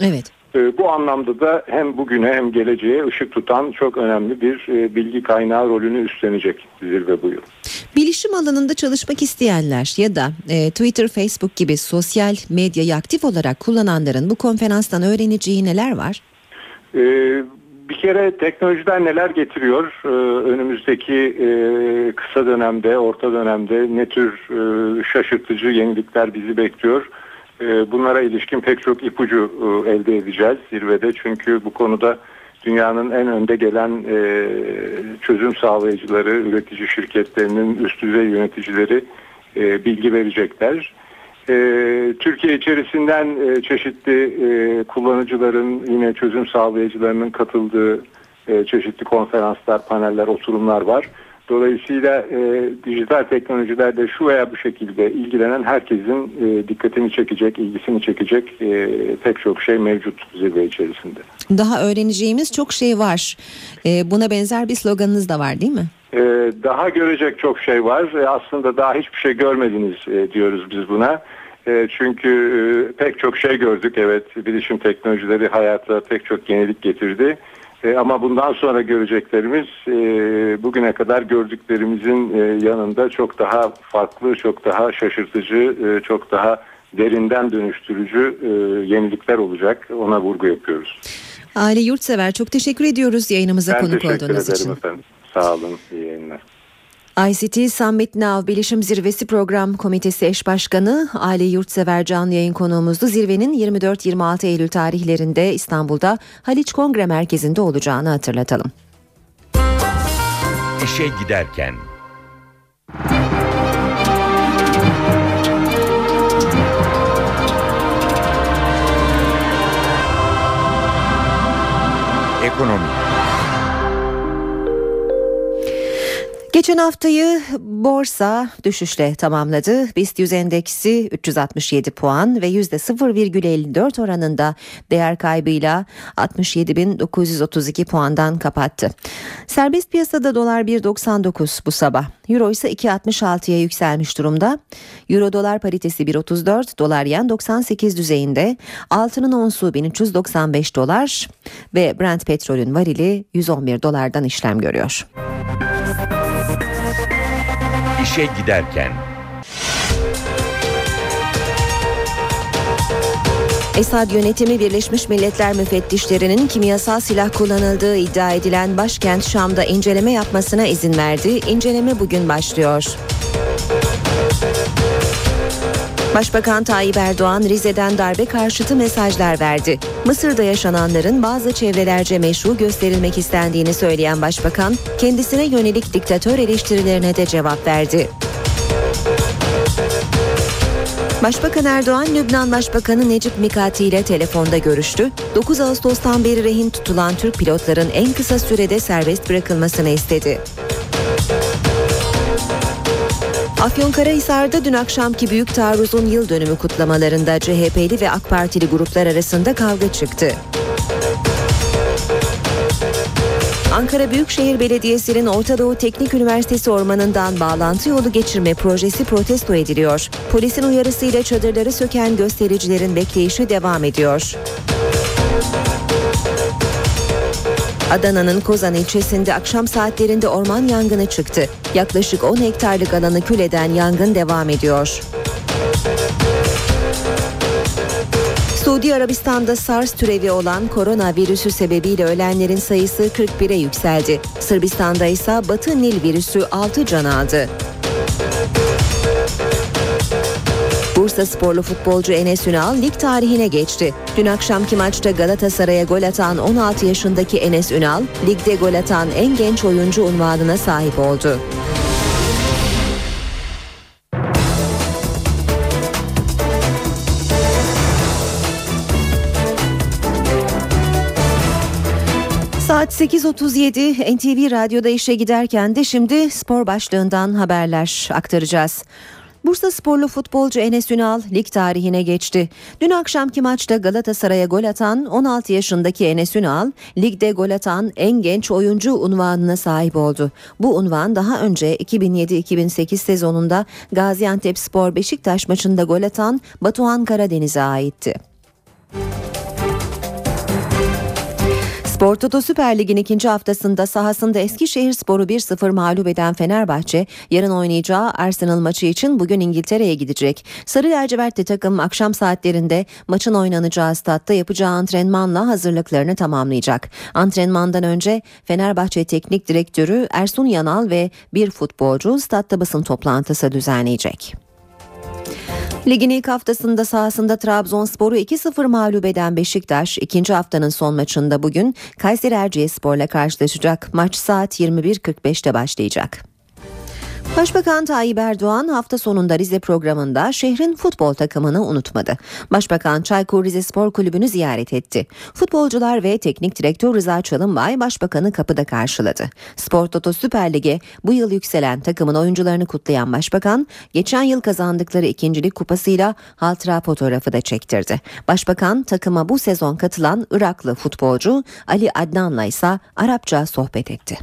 Bu anlamda da hem bugüne hem geleceğe ışık tutan çok önemli bir bilgi kaynağı rolünü üstlenecek zirve bu yıl. Bilişim alanında çalışmak isteyenler ya da Twitter, Facebook gibi sosyal medyayı aktif olarak kullananların bu konferanstan öğreneceği neler var? Bir kere teknolojiler neler getiriyor? Önümüzdeki kısa dönemde, orta dönemde ne tür şaşırtıcı yenilikler bizi bekliyor? Bunlara ilişkin pek çok ipucu elde edeceğiz zirvede. Çünkü bu konuda dünyanın en önde gelen çözüm sağlayıcıları, üretici şirketlerinin üst düzey yöneticileri bilgi verecekler. Türkiye içerisinden çeşitli kullanıcıların, yine çözüm sağlayıcılarının katıldığı çeşitli konferanslar, paneller, oturumlar var. Dolayısıyla dijital teknolojilerle şu veya bu şekilde ilgilenen herkesin dikkatini çekecek, ilgisini çekecek pek çok şey mevcut zirve içerisinde. Daha öğreneceğimiz çok şey var. Buna benzer bir sloganınız da var değil mi? Daha görecek çok şey var. Aslında daha hiçbir şey görmediniz diyoruz biz buna. Çünkü pek çok şey gördük. Evet, bilişim teknolojileri hayata pek çok yenilik getirdi. Ama bundan sonra göreceklerimiz bugüne kadar gördüklerimizin yanında çok daha farklı, çok daha şaşırtıcı, çok daha derinden dönüştürücü yenilikler olacak. Ona vurgu yapıyoruz. Aile Yurtsever, çok teşekkür ediyoruz yayınımıza konuk olduğunuz için. Ben teşekkür ederim efendim. Sağ olun, iyi yayınlar. ICT Summit Now Bilişim Zirvesi Program Komitesi Eş Başkanı Aile Yurtsever canlı yayın konuğumuzdu. Zirvenin 24-26 Eylül tarihlerinde İstanbul'da Haliç Kongre Merkezi'nde olacağını hatırlatalım. İşe giderken. Ekonomi. Geçen haftayı borsa düşüşle tamamladı. BIST 100 endeksi 367 puan ve %0,54 oranında değer kaybıyla 67.932 puandan kapattı. Serbest piyasada dolar 1.99 bu sabah. Euro ise 2.66'ya yükselmiş durumda. Euro dolar paritesi 1.34, dolar yen 98 düzeyinde. Altının onsu 1395 dolar ve Brent petrolün varili 111 dolardan işlem görüyor. İşe giderken. Esad yönetimi Birleşmiş Milletler müfettişlerinin kimyasal silah kullanıldığı iddia edilen başkent Şam'da inceleme yapmasına izin verdi. İnceleme bugün başlıyor. Başbakan Tayyip Erdoğan Rize'den darbe karşıtı mesajlar verdi. Mısır'da yaşananların bazı çevrelerce meşru gösterilmek istendiğini söyleyen başbakan, kendisine yönelik diktatör eleştirilerine de cevap verdi. Başbakan Erdoğan, Lübnan Başbakanı Necip Mikati ile telefonda görüştü. 9 Ağustos'tan beri rehin tutulan Türk pilotların en kısa sürede serbest bırakılmasını istedi. Afyonkarahisar'da dün akşamki büyük taarruzun yıl dönümü kutlamalarında CHP'li ve AK Partili gruplar arasında kavga çıktı. Ankara Büyükşehir Belediyesi'nin Orta Doğu Teknik Üniversitesi ormanından bağlantı yolu geçirme projesi protesto ediliyor. Polisin uyarısıyla çadırları söken göstericilerin bekleyişi devam ediyor. Adana'nın Kozan ilçesinde akşam saatlerinde orman yangını çıktı. Yaklaşık 10 hektarlık alanı kül eden yangın devam ediyor. Suudi Arabistan'da SARS türevi olan koronavirüsü sebebiyle ölenlerin sayısı 41'e yükseldi. Sırbistan'da ise Batı Nil virüsü 6 can aldı. Bursasporlu futbolcu Enes Ünal lig tarihine geçti. Dün akşamki maçta Galatasaray'a gol atan 16 yaşındaki Enes Ünal, ligde gol atan en genç oyuncu unvanına sahip oldu. Saat 8.37 NTV Radyo'da işe giderken de şimdi spor başlığından haberler aktaracağız. Bursasporlu futbolcu Enes Ünal lig tarihine geçti. Dün akşamki maçta Galatasaray'a gol atan 16 yaşındaki Enes Ünal, ligde gol atan en genç oyuncu unvanına sahip oldu. Bu unvan daha önce 2007-2008 sezonunda Gaziantepspor Beşiktaş maçında gol atan Batuhan Karadeniz'e aitti. Spor Toto Süper Lig'in ikinci haftasında sahasında Eskişehirspor'u 1-0 mağlup eden Fenerbahçe, yarın oynayacağı Arsenal maçı için bugün İngiltere'ye gidecek. Sarı lacivertli takım akşam saatlerinde maçın oynanacağı statta yapacağı antrenmanla hazırlıklarını tamamlayacak. Antrenmandan önce Fenerbahçe Teknik Direktörü Ersun Yanal ve bir futbolcu statta basın toplantısı düzenleyecek. Ligin ilk haftasında sahasında Trabzonspor'u 2-0 mağlup eden Beşiktaş, ikinci haftanın son maçında bugün Kayseri Erciyespor'la karşılaşacak. Maç saat 21.45'te başlayacak. Başbakan Tayyip Erdoğan hafta sonunda Rize programında şehrin futbol takımını unutmadı. Başbakan Çaykur Rizespor Kulübü'nü ziyaret etti. Futbolcular ve teknik direktör Rıza Çalınbay başbakanı kapıda karşıladı. Spor Toto Süper Lig'e bu yıl yükselen takımın oyuncularını kutlayan başbakan, geçen yıl kazandıkları ikincilik kupasıyla hatıra fotoğrafı da çektirdi. Başbakan takıma bu sezon katılan Iraklı futbolcu Ali Adnan'la ise Arapça sohbet etti.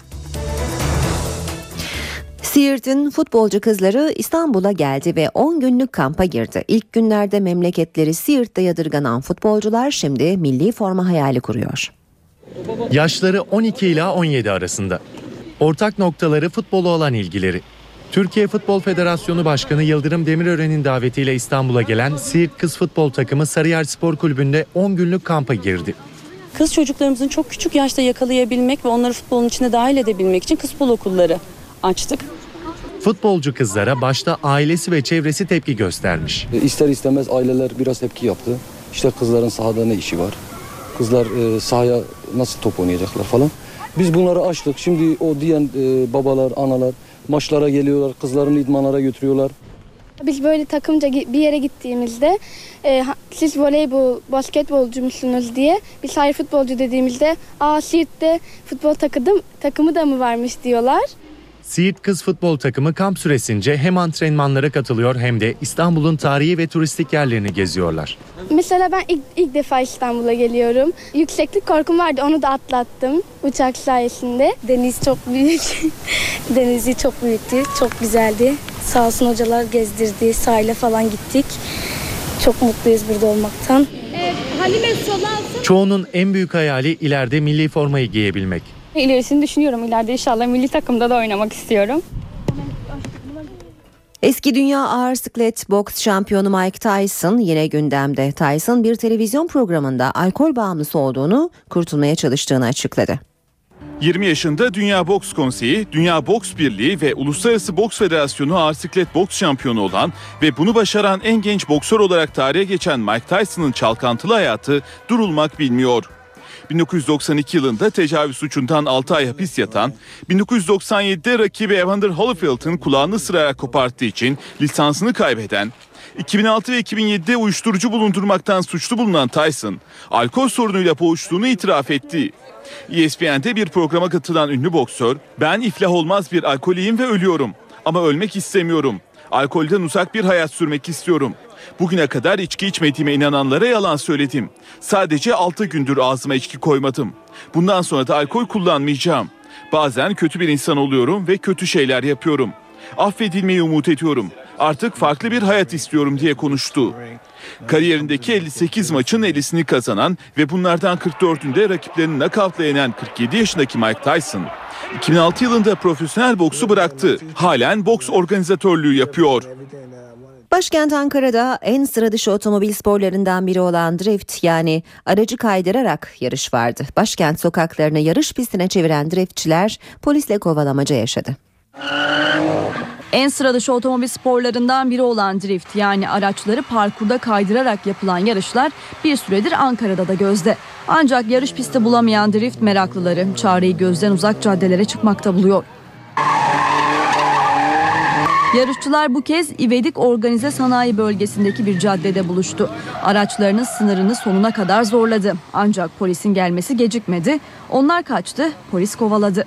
Siirt'in futbolcu kızları İstanbul'a geldi ve 10 günlük kampa girdi. İlk günlerde memleketleri Siirt'te yadırganan futbolcular şimdi milli forma hayali kuruyor. Yaşları 12 ila 17 arasında. Ortak noktaları futbola olan ilgileri. Türkiye Futbol Federasyonu Başkanı Yıldırım Demirören'in davetiyle İstanbul'a gelen Siirt Kız Futbol Takımı Sarıyer Spor Kulübü'nde 10 günlük kampa girdi. Kız çocuklarımızın çok küçük yaşta yakalayabilmek ve onları futbolun içine dahil edebilmek için kız futbol okulları açtık. Futbolcu kızlara başta ailesi ve çevresi tepki göstermiş. İster istemez aileler biraz tepki yaptı. İşte kızların sahada ne işi var? Kızlar sahaya nasıl top oynayacaklar falan. Biz bunları açtık. Şimdi o diyen babalar, analar maçlara geliyorlar, kızlarını idmanlara götürüyorlar. Biz böyle takımca bir yere gittiğimizde siz voleybol, basketbolcu musunuz diye biz hayır futbolcu dediğimizde Siirt'te futbol takımı da mı varmış diyorlar. Siirt Kız Futbol Takımı kamp süresince hem antrenmanlara katılıyor hem de İstanbul'un tarihi ve turistik yerlerini geziyorlar. Mesela ben ilk defa İstanbul'a geliyorum. Yükseklik korkum vardı, onu da atlattım uçak sayesinde. Deniz çok büyük. Denizi çok büyüktü, çok güzeldi. Sağ olsun hocalar gezdirdi, sahile falan gittik. Çok mutluyuz burada olmaktan. Çoğunun en büyük hayali ileride milli formayı giyebilmek. İlerisini düşünüyorum. İleride inşallah milli takımda da oynamak istiyorum. Eski dünya ağır siklet boks şampiyonu Mike Tyson yine gündemde. Tyson bir televizyon programında alkol bağımlısı olduğunu, kurtulmaya çalıştığını açıkladı. 20 yaşında Dünya Boks Konseyi, Dünya Boks Birliği ve Uluslararası Boks Federasyonu ağır siklet boks şampiyonu olan ve bunu başaran en genç boksör olarak tarihe geçen Mike Tyson'ın çalkantılı hayatı durulmak bilmiyor. 1992 yılında tecavüz suçundan 6 ay hapis yatan, 1997'de rakibi Evander Holyfield'ın kulağını ısırarak koparttığı için lisansını kaybeden, 2006 ve 2007'de uyuşturucu bulundurmaktan suçlu bulunan Tyson, alkol sorunuyla boğuştuğunu itiraf etti. ESPN'de bir programa katılan ünlü boksör, "Ben iflah olmaz bir alkoliyim ve ölüyorum ama ölmek istemiyorum. Alkolden uzak bir hayat sürmek istiyorum. Bugüne kadar içki içmediğime inananlara yalan söyledim. Sadece 6 gündür ağzıma içki koymadım. Bundan sonra da alkol kullanmayacağım. Bazen kötü bir insan oluyorum ve kötü şeyler yapıyorum. Affedilmeyi umut ediyorum. Artık farklı bir hayat istiyorum" diye konuştu. Kariyerindeki 58 maçın 50'sini kazanan ve bunlardan 44'ünde rakiplerini nakavtla yenen 47 yaşındaki Mike Tyson, 2006 yılında profesyonel boksu bıraktı. Halen boks organizatörlüğü yapıyor. Başkent Ankara'da en sıra dışı otomobil sporlarından biri olan drift, yani aracı kaydırarak yarış vardı. Başkent sokaklarını yarış pistine çeviren driftçiler polisle kovalamaca yaşadı. En sıra dışı otomobil sporlarından biri olan drift, yani araçları parkurda kaydırarak yapılan yarışlar bir süredir Ankara'da da gözde. Ancak yarış pisti bulamayan drift meraklıları çareyi gözden uzak caddelere çıkmakta buluyor. Yarışçılar bu kez İvedik Organize Sanayi Bölgesi'ndeki bir caddede buluştu. Araçlarının sınırını sonuna kadar zorladı. Ancak polisin gelmesi gecikmedi. Onlar kaçtı, polis kovaladı.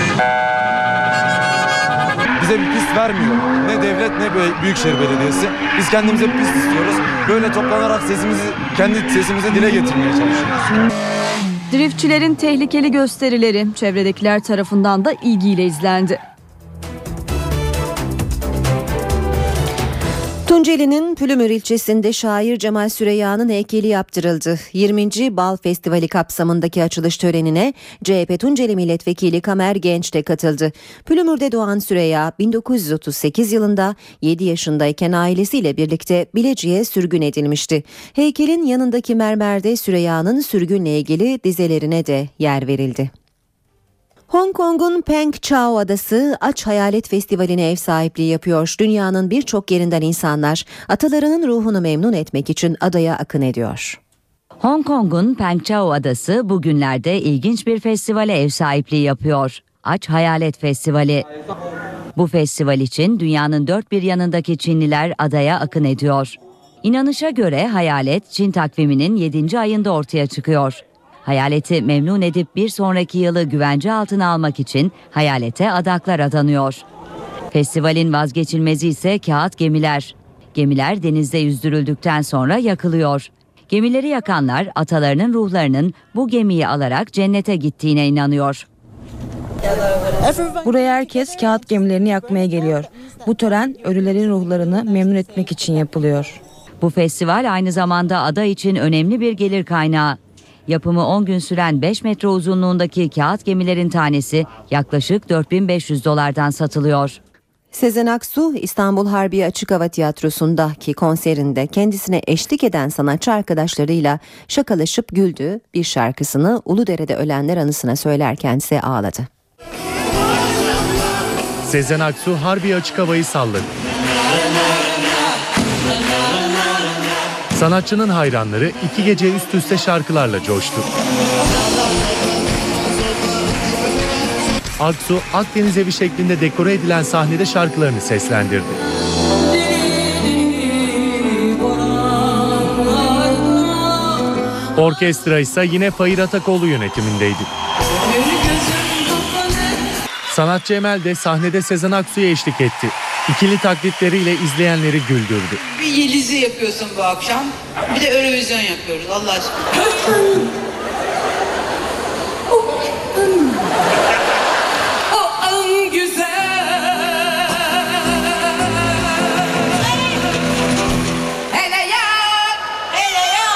Bize bir pist vermiyor. Ne devlet ne Büyükşehir Belediyesi. Biz kendimize bir pist istiyoruz. Böyle toplanarak kendi sesimizi dile getirmeye çalışıyoruz. Driftçilerin tehlikeli gösterileri çevredekiler tarafından da ilgiyle izlendi. Tunceli'nin Pülümür ilçesinde şair Cemal Süreyya'nın heykeli yaptırıldı. 20. Bal Festivali kapsamındaki açılış törenine CHP Tunceli Milletvekili Kamer Genç de katıldı. Pülümür'de doğan Süreyya 1938 yılında 7 yaşındayken ailesiyle birlikte Bilecik'e sürgün edilmişti. Heykelin yanındaki mermerde Süreyya'nın sürgünle ilgili dizelerine de yer verildi. Hong Kong'un Peng Chau Adası Aç Hayalet Festivali'ne ev sahipliği yapıyor. Dünyanın birçok yerinden insanlar atalarının ruhunu memnun etmek için adaya akın ediyor. Hong Kong'un Peng Chau Adası bugünlerde ilginç bir festivale ev sahipliği yapıyor. Aç Hayalet Festivali. Bu festival için dünyanın dört bir yanındaki Çinliler adaya akın ediyor. İnanışa göre hayalet Çin takviminin 7. ayında ortaya çıkıyor. Hayaleti memnun edip bir sonraki yılı güvence altına almak için hayalete adaklar adanıyor. Festivalin vazgeçilmezi ise kağıt gemiler. Gemiler denizde yüzdürüldükten sonra yakılıyor. Gemileri yakanlar atalarının ruhlarının bu gemiyi alarak cennete gittiğine inanıyor. Buraya herkes kağıt gemilerini yakmaya geliyor. Bu tören ölülerin ruhlarını memnun etmek için yapılıyor. Bu festival aynı zamanda ada için önemli bir gelir kaynağı. Yapımı 10 gün süren 5 metre uzunluğundaki kağıt gemilerin tanesi yaklaşık $4.500'dan satılıyor. Sezen Aksu İstanbul Harbiye Açık Hava Tiyatrosu'ndaki konserinde kendisine eşlik eden sanatçı arkadaşlarıyla şakalaşıp güldü. Bir şarkısını Uludere'de ölenler anısına söylerken ise ağladı. Sezen Aksu Harbiye Açık Hava'yı salladı. Sanatçının hayranları 2 gece üst üste şarkılarla coştu. Aksu, Akdeniz evi şeklinde dekore edilen sahnede şarkılarını seslendirdi. Orkestra ise yine Fahir Atakoğlu yönetimindeydi. Sanatçı Emel de sahnede Sezen Aksu'ya eşlik etti. İkili taklitleriyle izleyenleri güldürdü. Bir Yeliz'i yapıyorsun bu akşam, bir de Eurovision yapıyoruz Allah aşkına. O an güzel. Hele ya, hele ya.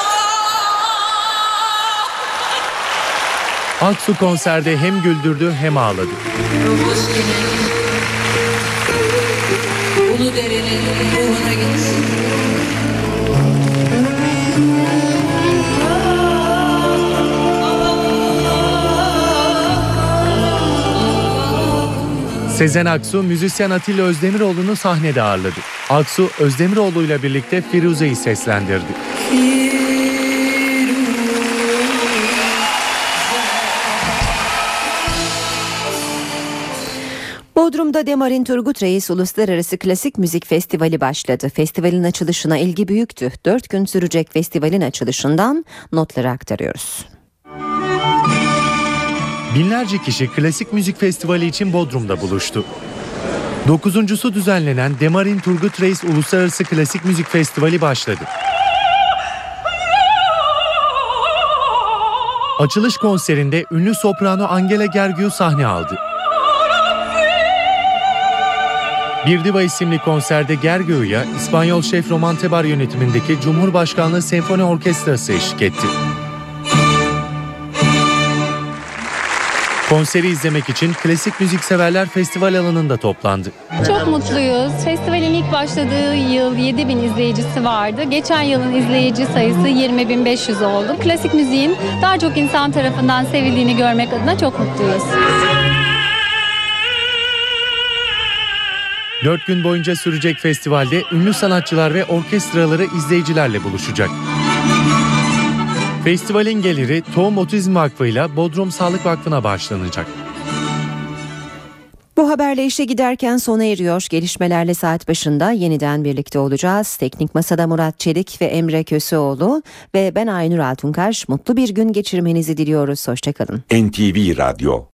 Aksu konserde hem güldürdü hem ağladı. Uludere'nin ruhuna gitsin. Sezen Aksu, müzisyen Atilla Özdemiroğlu'nu sahnede ağırladı. Aksu, Özdemiroğlu'yla birlikte Firuze'yi seslendirdi. Bodrum'da Demarin Turgut Reis Uluslararası Klasik Müzik Festivali başladı. Festivalin açılışına ilgi büyüktü. 4 gün sürecek festivalin açılışından notları aktarıyoruz. Binlerce kişi Klasik Müzik Festivali için Bodrum'da buluştu. 9.'su düzenlenen Demarin Turgut Reis Uluslararası Klasik Müzik Festivali başladı. Açılış konserinde ünlü soprano Angela Gheorghiu sahne aldı. Bir Diva isimli konserde Gheorghiu'ya İspanyol şef Roman Tebar yönetimindeki Cumhurbaşkanlığı Senfoni Orkestrası eşlik etti. Konseri izlemek için klasik müzik severler festival alanında toplandı. Çok mutluyuz. Festivalin ilk başladığı yıl 7.000 izleyicisi vardı. Geçen yılın izleyici sayısı 20.500 oldu. Klasik müziğin daha çok insan tarafından sevildiğini görmek adına çok mutluyuz. 4 gün boyunca sürecek festivalde ünlü sanatçılar ve orkestraları izleyicilerle buluşacak. Festivalin geliri Tohum Otizm Vakfı ile Bodrum Sağlık Vakfı'na bağışlanacak. Bu haberle işe giderken sona eriyor. Gelişmelerle saat başında yeniden birlikte olacağız. Teknik Masada Murat Çelik ve Emre Köseoğlu ve ben Aynur Altunkaş. Mutlu bir gün geçirmenizi diliyoruz. Hoşçakalın. NTV Radyo